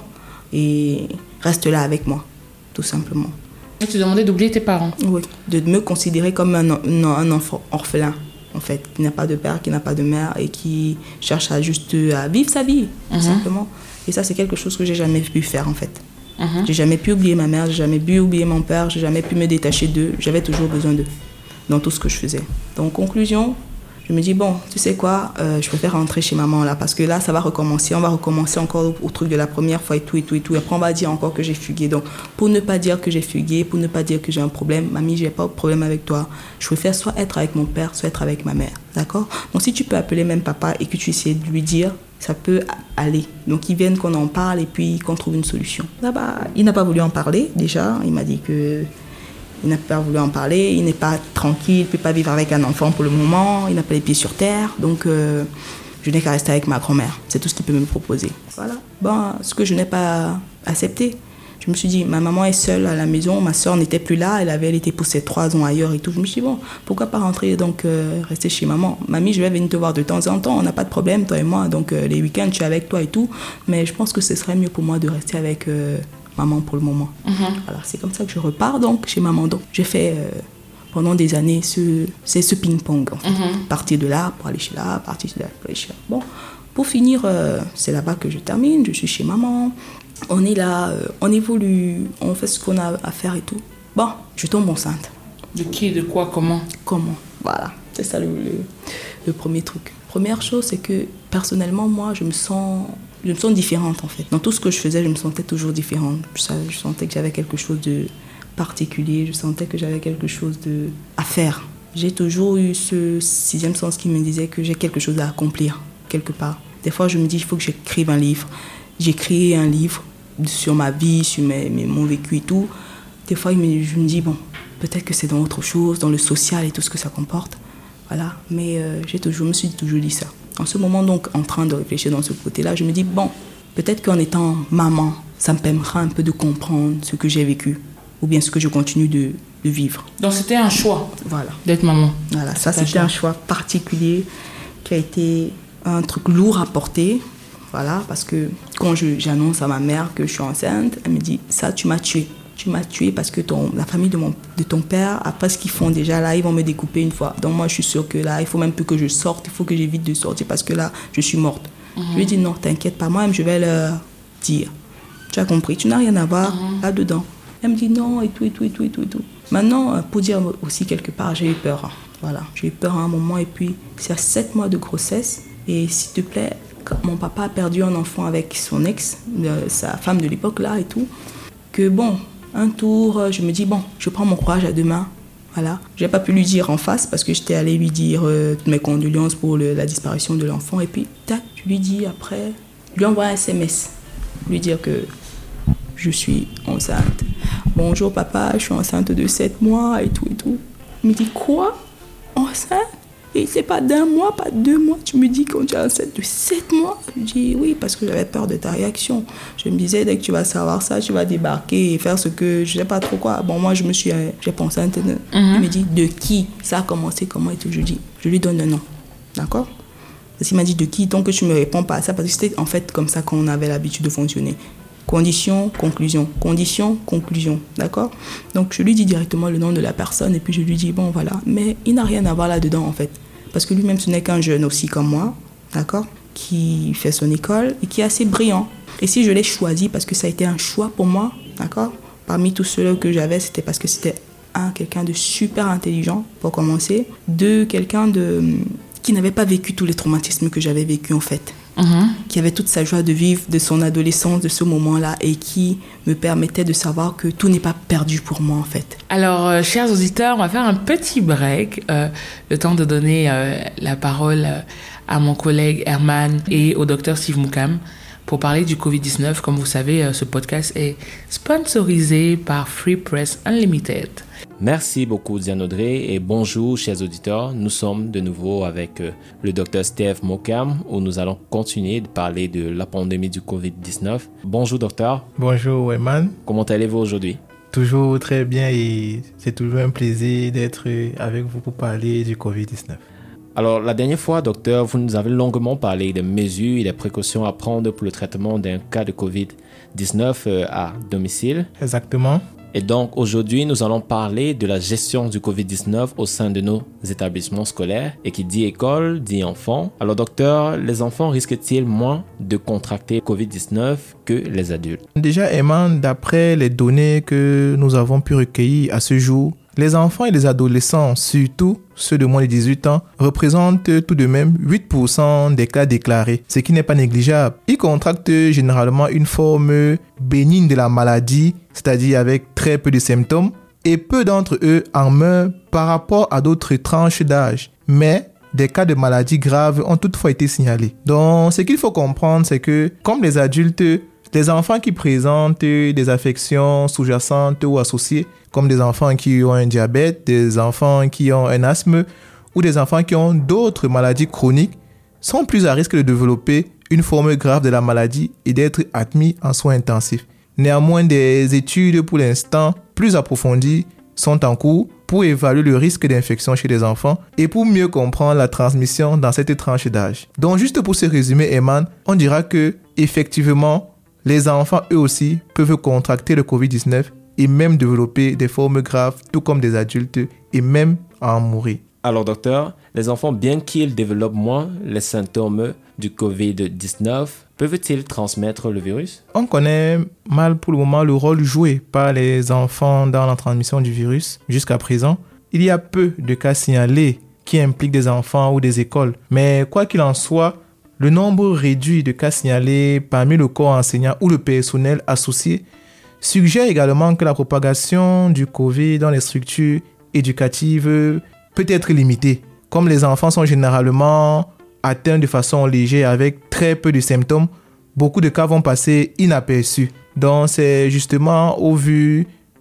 Et reste là avec moi, tout simplement.
Et tu demandais d'oublier tes parents?
Oui, de me considérer comme un, un, un enfant orphelin, en fait, qui n'a pas de père, qui n'a pas de mère et qui cherche à juste à vivre sa vie, tout mm-hmm. simplement. Et ça, c'est quelque chose que j'ai jamais pu faire, en fait. Mm-hmm. J'ai jamais pu oublier ma mère, j'ai jamais pu oublier mon père, j'ai jamais pu me détacher d'eux. J'avais toujours besoin d'eux dans tout ce que je faisais. Donc, conclusion, je me dis, bon, tu sais quoi, euh, je préfère rentrer chez maman là, parce que là, ça va recommencer. On va recommencer encore au, au truc de la première fois et tout, et tout, et tout. Et après, on va dire encore que j'ai fugué. Donc, pour ne pas dire que j'ai fugué, pour ne pas dire que j'ai un problème, mamie, j'ai pas de problème avec toi. Je préfère soit être avec mon père, soit être avec ma mère. D'accord? Donc, si tu peux appeler même papa et que tu essaies de lui dire, ça peut aller. Donc, ils viennent qu'on en parle et puis qu'on trouve une solution. Là, bah, il n'a pas voulu en parler, déjà. Il m'a dit que... Il n'a pas voulu en parler, il n'est pas tranquille, il ne peut pas vivre avec un enfant pour le moment, il n'a pas les pieds sur terre, donc euh, je n'ai qu'à rester avec ma grand-mère. C'est tout ce qu'il peut me proposer. Voilà. Bon, ce que je n'ai pas accepté, je me suis dit, ma maman est seule à la maison, ma soeur n'était plus là, elle avait elle était poussée trois ans ailleurs et tout. Je me suis dit, bon, pourquoi pas rentrer, donc euh, rester chez maman. Mamie, je vais venir te voir de temps en temps, on n'a pas de problème, toi et moi, donc euh, les week-ends, je suis avec toi et tout, mais je pense que ce serait mieux pour moi de rester avec... Euh, maman pour le moment. Mm-hmm. Voilà, c'est comme ça que je repars donc chez maman. Donc j'ai fait euh, pendant des années ce, c'est ce ping-pong. En fait. Mm-hmm. Partir de là pour aller chez là, partir de là pour aller chez là. Bon, pour finir, euh, c'est là-bas que je termine. Je suis chez maman. On est là, euh, on évolue, on fait ce qu'on a à faire et tout. Bon, je tombe enceinte.
De qui, de quoi, comment? Comment,
voilà. C'est ça le, le, le premier truc. Première chose, c'est que personnellement, moi, je me sens... Je me sens différente en fait. Dans tout ce que je faisais, je me sentais toujours différente. Je, savais, je sentais que j'avais quelque chose de particulier. Je sentais que j'avais quelque chose de... à faire. J'ai toujours eu ce sixième sens qui me disait que j'ai quelque chose à accomplir quelque part. Des fois, je me dis il faut que j'écrive un livre. J'ai créé un livre sur ma vie, sur mes, mes, mon vécu et tout. des fois, je me dis, bon, peut-être que c'est dans autre chose, dans le social et tout ce que ça comporte. Voilà, mais euh, j'ai toujours, je me suis toujours dit ça. En ce moment, donc, en train de réfléchir dans ce côté-là, je me dis, bon, peut-être qu'en étant maman, ça me permettra un peu de comprendre ce que j'ai vécu ou bien ce que je continue de, de vivre. Donc,
c'était un choix
voilà.
d'être maman.
Voilà, ça, c'était, c'était un choix particulier qui a été un truc lourd à porter. Voilà, parce que quand je, j'annonce à ma mère que je suis enceinte, elle me dit, ça, tu m'as tuée. Tu m'as tuée parce que ton, la famille de, mon, de ton père, après ce qu'ils font déjà, là, ils vont me découper une fois. Donc moi, je suis sûre que là, il faut même plus que je sorte, il faut que j'évite de sortir parce que là, je suis morte. Mm-hmm. Je lui ai dit, non, t'inquiète pas, moi-même, je vais leur dire. Tu as compris, tu n'as rien à voir mm-hmm. là-dedans. Elle me dit non, et tout, et tout, et tout, et tout, et tout. Maintenant, pour dire aussi quelque part, j'ai eu peur. Hein. Voilà, j'ai eu peur à un moment et puis c'est à sept mois de grossesse. Et s'il te plaît, mon papa a perdu un enfant avec son ex, euh, sa femme de l'époque là et tout, que bon... Un tour, je me dis, bon, je prends mon courage à deux mains. Voilà. Je n'ai pas pu lui dire en face parce que j'étais allée lui dire euh, mes condoléances pour le, la disparition de l'enfant. Et puis, tac, je lui dis après, je lui envoie un S M S. Lui dire que je suis enceinte. Bonjour papa, je suis enceinte de sept mois et tout et tout. Il me dit, quoi? Enceinte? Et c'est pas d'un mois, pas deux mois. Tu me dis quand tu es enceinte de sept mois. Je dis oui, parce que j'avais peur de ta réaction. Je me disais, dès que tu vas savoir ça, tu vas débarquer et faire ce que je sais pas trop quoi. Bon, moi, je me suis, j'ai pensé enceinte. Mm-hmm. Il me dit, de qui? Ça a commencé comment et tout. Je dis, je lui donne un nom. D'accord? Parce qu'il m'a dit, de qui? Donc, tu me réponds pas à ça. Parce que c'était en fait comme ça qu'on avait l'habitude de fonctionner. Condition, conclusion. Condition, conclusion. D'accord? Donc, je lui dis directement le nom de la personne et puis je lui dis, bon, voilà. Mais il n'a rien à voir là-dedans, en fait. Parce que lui-même, ce n'est qu'un jeune aussi comme moi, d'accord, qui fait son école et qui est assez brillant. Et si je l'ai choisi, parce que ça a été un choix pour moi, d'accord, parmi tous ceux que j'avais, c'était parce que c'était, un, quelqu'un de super intelligent, pour commencer. Deux, quelqu'un de, qui n'avait pas vécu tous les traumatismes que j'avais vécu, en fait. Mmh. Qui avait toute sa joie de vivre de son adolescence, de ce moment-là, et qui me permettait de savoir que tout n'est pas perdu pour moi, en fait.
Alors, euh, chers auditeurs, on va faire un petit break, euh, le temps de donner euh, la parole euh, à mon collègue Herman et au docteur Steve Moukam pour parler du covid dix-neuf. Comme vous savez, euh, ce podcast est sponsorisé par Free Press Unlimited.
Merci beaucoup Diane Audrey et bonjour chers auditeurs. Nous sommes de nouveau avec euh, le docteur Steve Moukam où nous allons continuer de parler de la pandémie du covid dix-neuf. Bonjour docteur.
Bonjour Eman.
Comment allez-vous aujourd'hui?
Toujours très bien et c'est toujours un plaisir d'être avec vous pour parler du covid dix-neuf.
Alors la dernière fois docteur, vous nous avez longuement parlé des mesures et des précautions à prendre pour le traitement d'un cas de covid dix-neuf euh, à domicile.
Exactement.
Et donc, aujourd'hui, nous allons parler de la gestion du covid dix-neuf au sein de nos établissements scolaires. Et qui dit école, dit enfants. Alors, docteur, les enfants risquent-ils moins de contracter covid dix-neuf que les adultes? Déjà,
Eman, d'après les données que nous avons pu recueillir à ce jour, les enfants et les adolescents, surtout ceux de moins de dix-huit ans, représentent tout de même huit pour cent des cas déclarés, ce qui n'est pas négligeable. Ils contractent généralement une forme bénigne de la maladie, c'est-à-dire avec très peu de symptômes, et peu d'entre eux en meurent par rapport à d'autres tranches d'âge. Mais des cas de maladies graves ont toutefois été signalés. Donc, ce qu'il faut comprendre, c'est que, comme les adultes, les enfants qui présentent des affections sous-jacentes ou associées, comme des enfants qui ont un diabète, des enfants qui ont un asthme ou des enfants qui ont d'autres maladies chroniques, sont plus à risque de développer une forme grave de la maladie et d'être admis en soins intensifs. Néanmoins, des études pour l'instant plus approfondies sont en cours pour évaluer le risque d'infection chez les enfants et pour mieux comprendre la transmission dans cette tranche d'âge. Donc, juste pour se résumer, Eman, on dira que, effectivement, les enfants, eux aussi, peuvent contracter le covid dix-neuf et même développer des formes graves, tout comme des adultes, et même en mourir.
Alors, docteur, les enfants, bien qu'ils développent moins les symptômes du covid dix-neuf, peuvent-ils transmettre le virus?
On connaît mal pour le moment le rôle joué par les enfants dans la transmission du virus. Jusqu'à présent, il y a peu de cas signalés qui impliquent des enfants ou des écoles. Mais quoi qu'il en soit, le nombre réduit de cas signalés parmi le corps enseignant ou le personnel associé suggère également que la propagation du Covid dans les structures éducatives peut être limitée. Comme les enfants sont généralement atteints de façon légère avec très peu de symptômes, beaucoup de cas vont passer inaperçus. Donc c'est justement au vu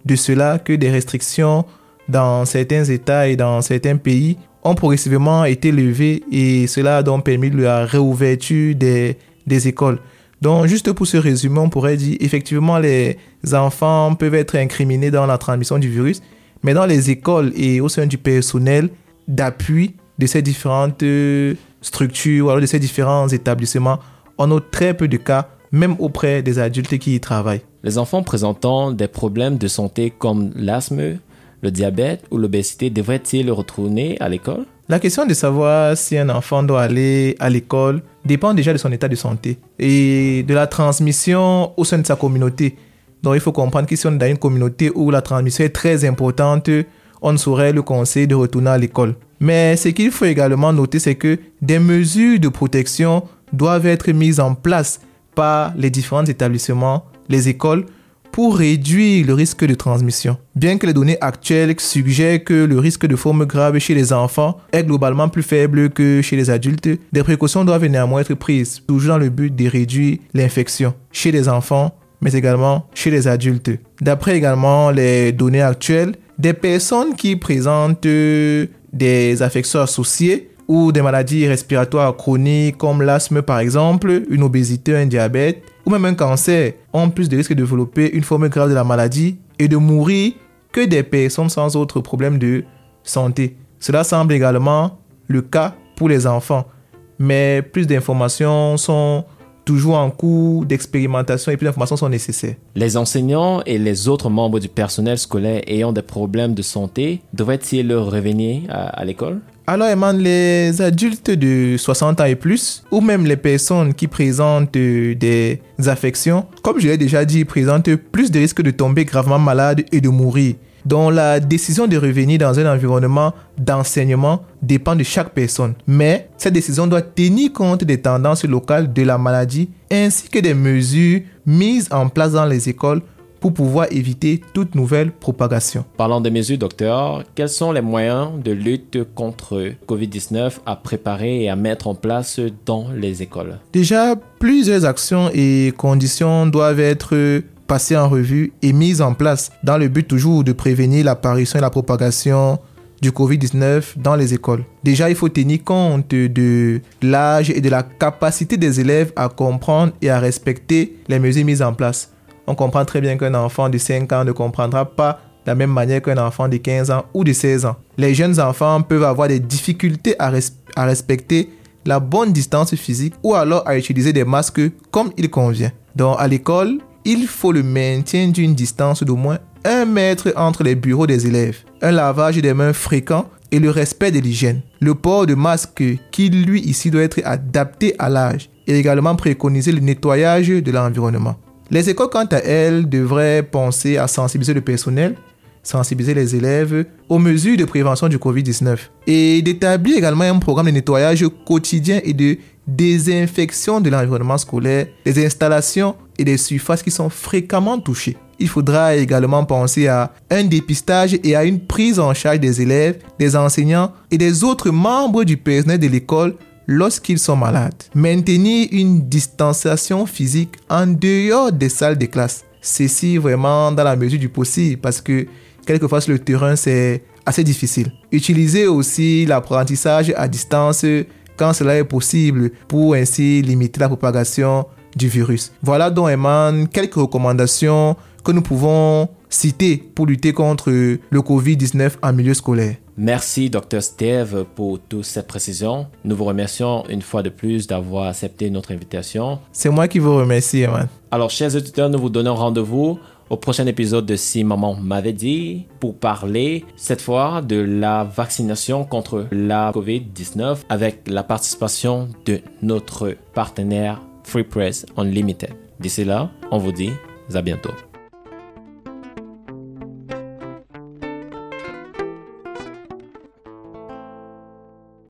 de cela que des restrictions dans certains États et dans certains pays ont progressivement été levées et cela a donc permis la réouverture des, des écoles. Donc, juste pour ce résumé, on pourrait dire effectivement les enfants peuvent être incriminés dans la transmission du virus, mais dans les écoles et au sein du personnel d'appui de ces différentes structures ou alors de ces différents établissements, on a très peu de cas, même auprès des adultes qui y travaillent.
Les enfants présentant des problèmes de santé comme l'asthme, le diabète ou l'obésité devraient-ils retourner à l'école?
La question de savoir si un enfant doit aller à l'école dépend déjà de son état de santé et de la transmission au sein de sa communauté. Donc il faut comprendre que si on est dans une communauté où la transmission est très importante, on ne saurait le conseiller de retourner à l'école. Mais ce qu'il faut également noter, c'est que des mesures de protection doivent être mises en place par les différents établissements, les écoles, pour réduire le risque de transmission. Bien que les données actuelles suggèrent que le risque de forme grave chez les enfants est globalement plus faible que chez les adultes, des précautions doivent néanmoins être prises, toujours dans le but de réduire l'infection chez les enfants, mais également chez les adultes. D'après également les données actuelles, des personnes qui présentent des affections associées ou des maladies respiratoires chroniques comme l'asthme par exemple, une obésité, un diabète ou même un cancer ont plus de risques de développer une forme grave de la maladie et de mourir que des personnes sans autre problème de santé. Cela semble également le cas pour les enfants, mais plus d'informations sont toujours en cours d'expérimentation et plus d'informations sont nécessaires.
Les enseignants et les autres membres du personnel scolaire ayant des problèmes de santé devraient-ils revenir à, à l'école?
Alors, Eman, les adultes de soixante ans et plus, ou même les personnes qui présentent des affections, comme je l'ai déjà dit, présentent plus de risques de tomber gravement malade et de mourir. Donc, la décision de revenir dans un environnement d'enseignement dépend de chaque personne. Mais cette décision doit tenir compte des tendances locales de la maladie ainsi que des mesures mises en place dans les écoles pour pouvoir éviter toute nouvelle propagation.
Parlant de mesures, docteur, quels sont les moyens de lutte contre covid dix-neuf à préparer et à mettre en place dans les écoles?
Déjà, plusieurs actions et conditions doivent être passées en revue et mises en place dans le but toujours de prévenir l'apparition et la propagation du covid dix-neuf dans les écoles. Déjà, il faut tenir compte de l'âge et de la capacité des élèves à comprendre et à respecter les mesures mises en place. On comprend très bien qu'un enfant de cinq ans ne comprendra pas de la même manière qu'un enfant de quinze ans ou de seize ans. Les jeunes enfants peuvent avoir des difficultés à, res- à respecter la bonne distance physique ou alors à utiliser des masques comme il convient. Donc à l'école, il faut le maintien d'une distance d'au moins un mètre entre les bureaux des élèves, un lavage des mains fréquent et le respect de l'hygiène. Le port de masque qui lui ici doit être adapté à l'âge et également préconiser le nettoyage de l'environnement. Les écoles, quant à elles, devraient penser à sensibiliser le personnel, sensibiliser les élèves aux mesures de prévention du covid dix-neuf et d'établir également un programme de nettoyage quotidien et de désinfection de l'environnement scolaire, des installations et des surfaces qui sont fréquemment touchées. Il faudra également penser à un dépistage et à une prise en charge des élèves, des enseignants et des autres membres du personnel de l'école lorsqu'ils sont malades. Maintenir une distanciation physique en dehors des salles de classe. Ceci vraiment dans la mesure du possible parce que quelquefois sur le terrain c'est assez difficile. Utiliser aussi l'apprentissage à distance quand cela est possible pour ainsi limiter la propagation du virus. Voilà donc Eman quelques recommandations que nous pouvons citer pour lutter contre le covid dix-neuf en milieu scolaire.
Merci, docteur Steve, pour toutes ces précisions. Nous vous remercions une fois de plus d'avoir accepté notre invitation.
C'est moi qui vous remercie, Eman.
Alors, chers auditeurs, nous vous donnons rendez-vous au prochain épisode de Si Maman m'avait dit pour parler cette fois de la vaccination contre la covid dix-neuf avec la participation de notre partenaire Free Press Unlimited. D'ici là, on vous dit à bientôt.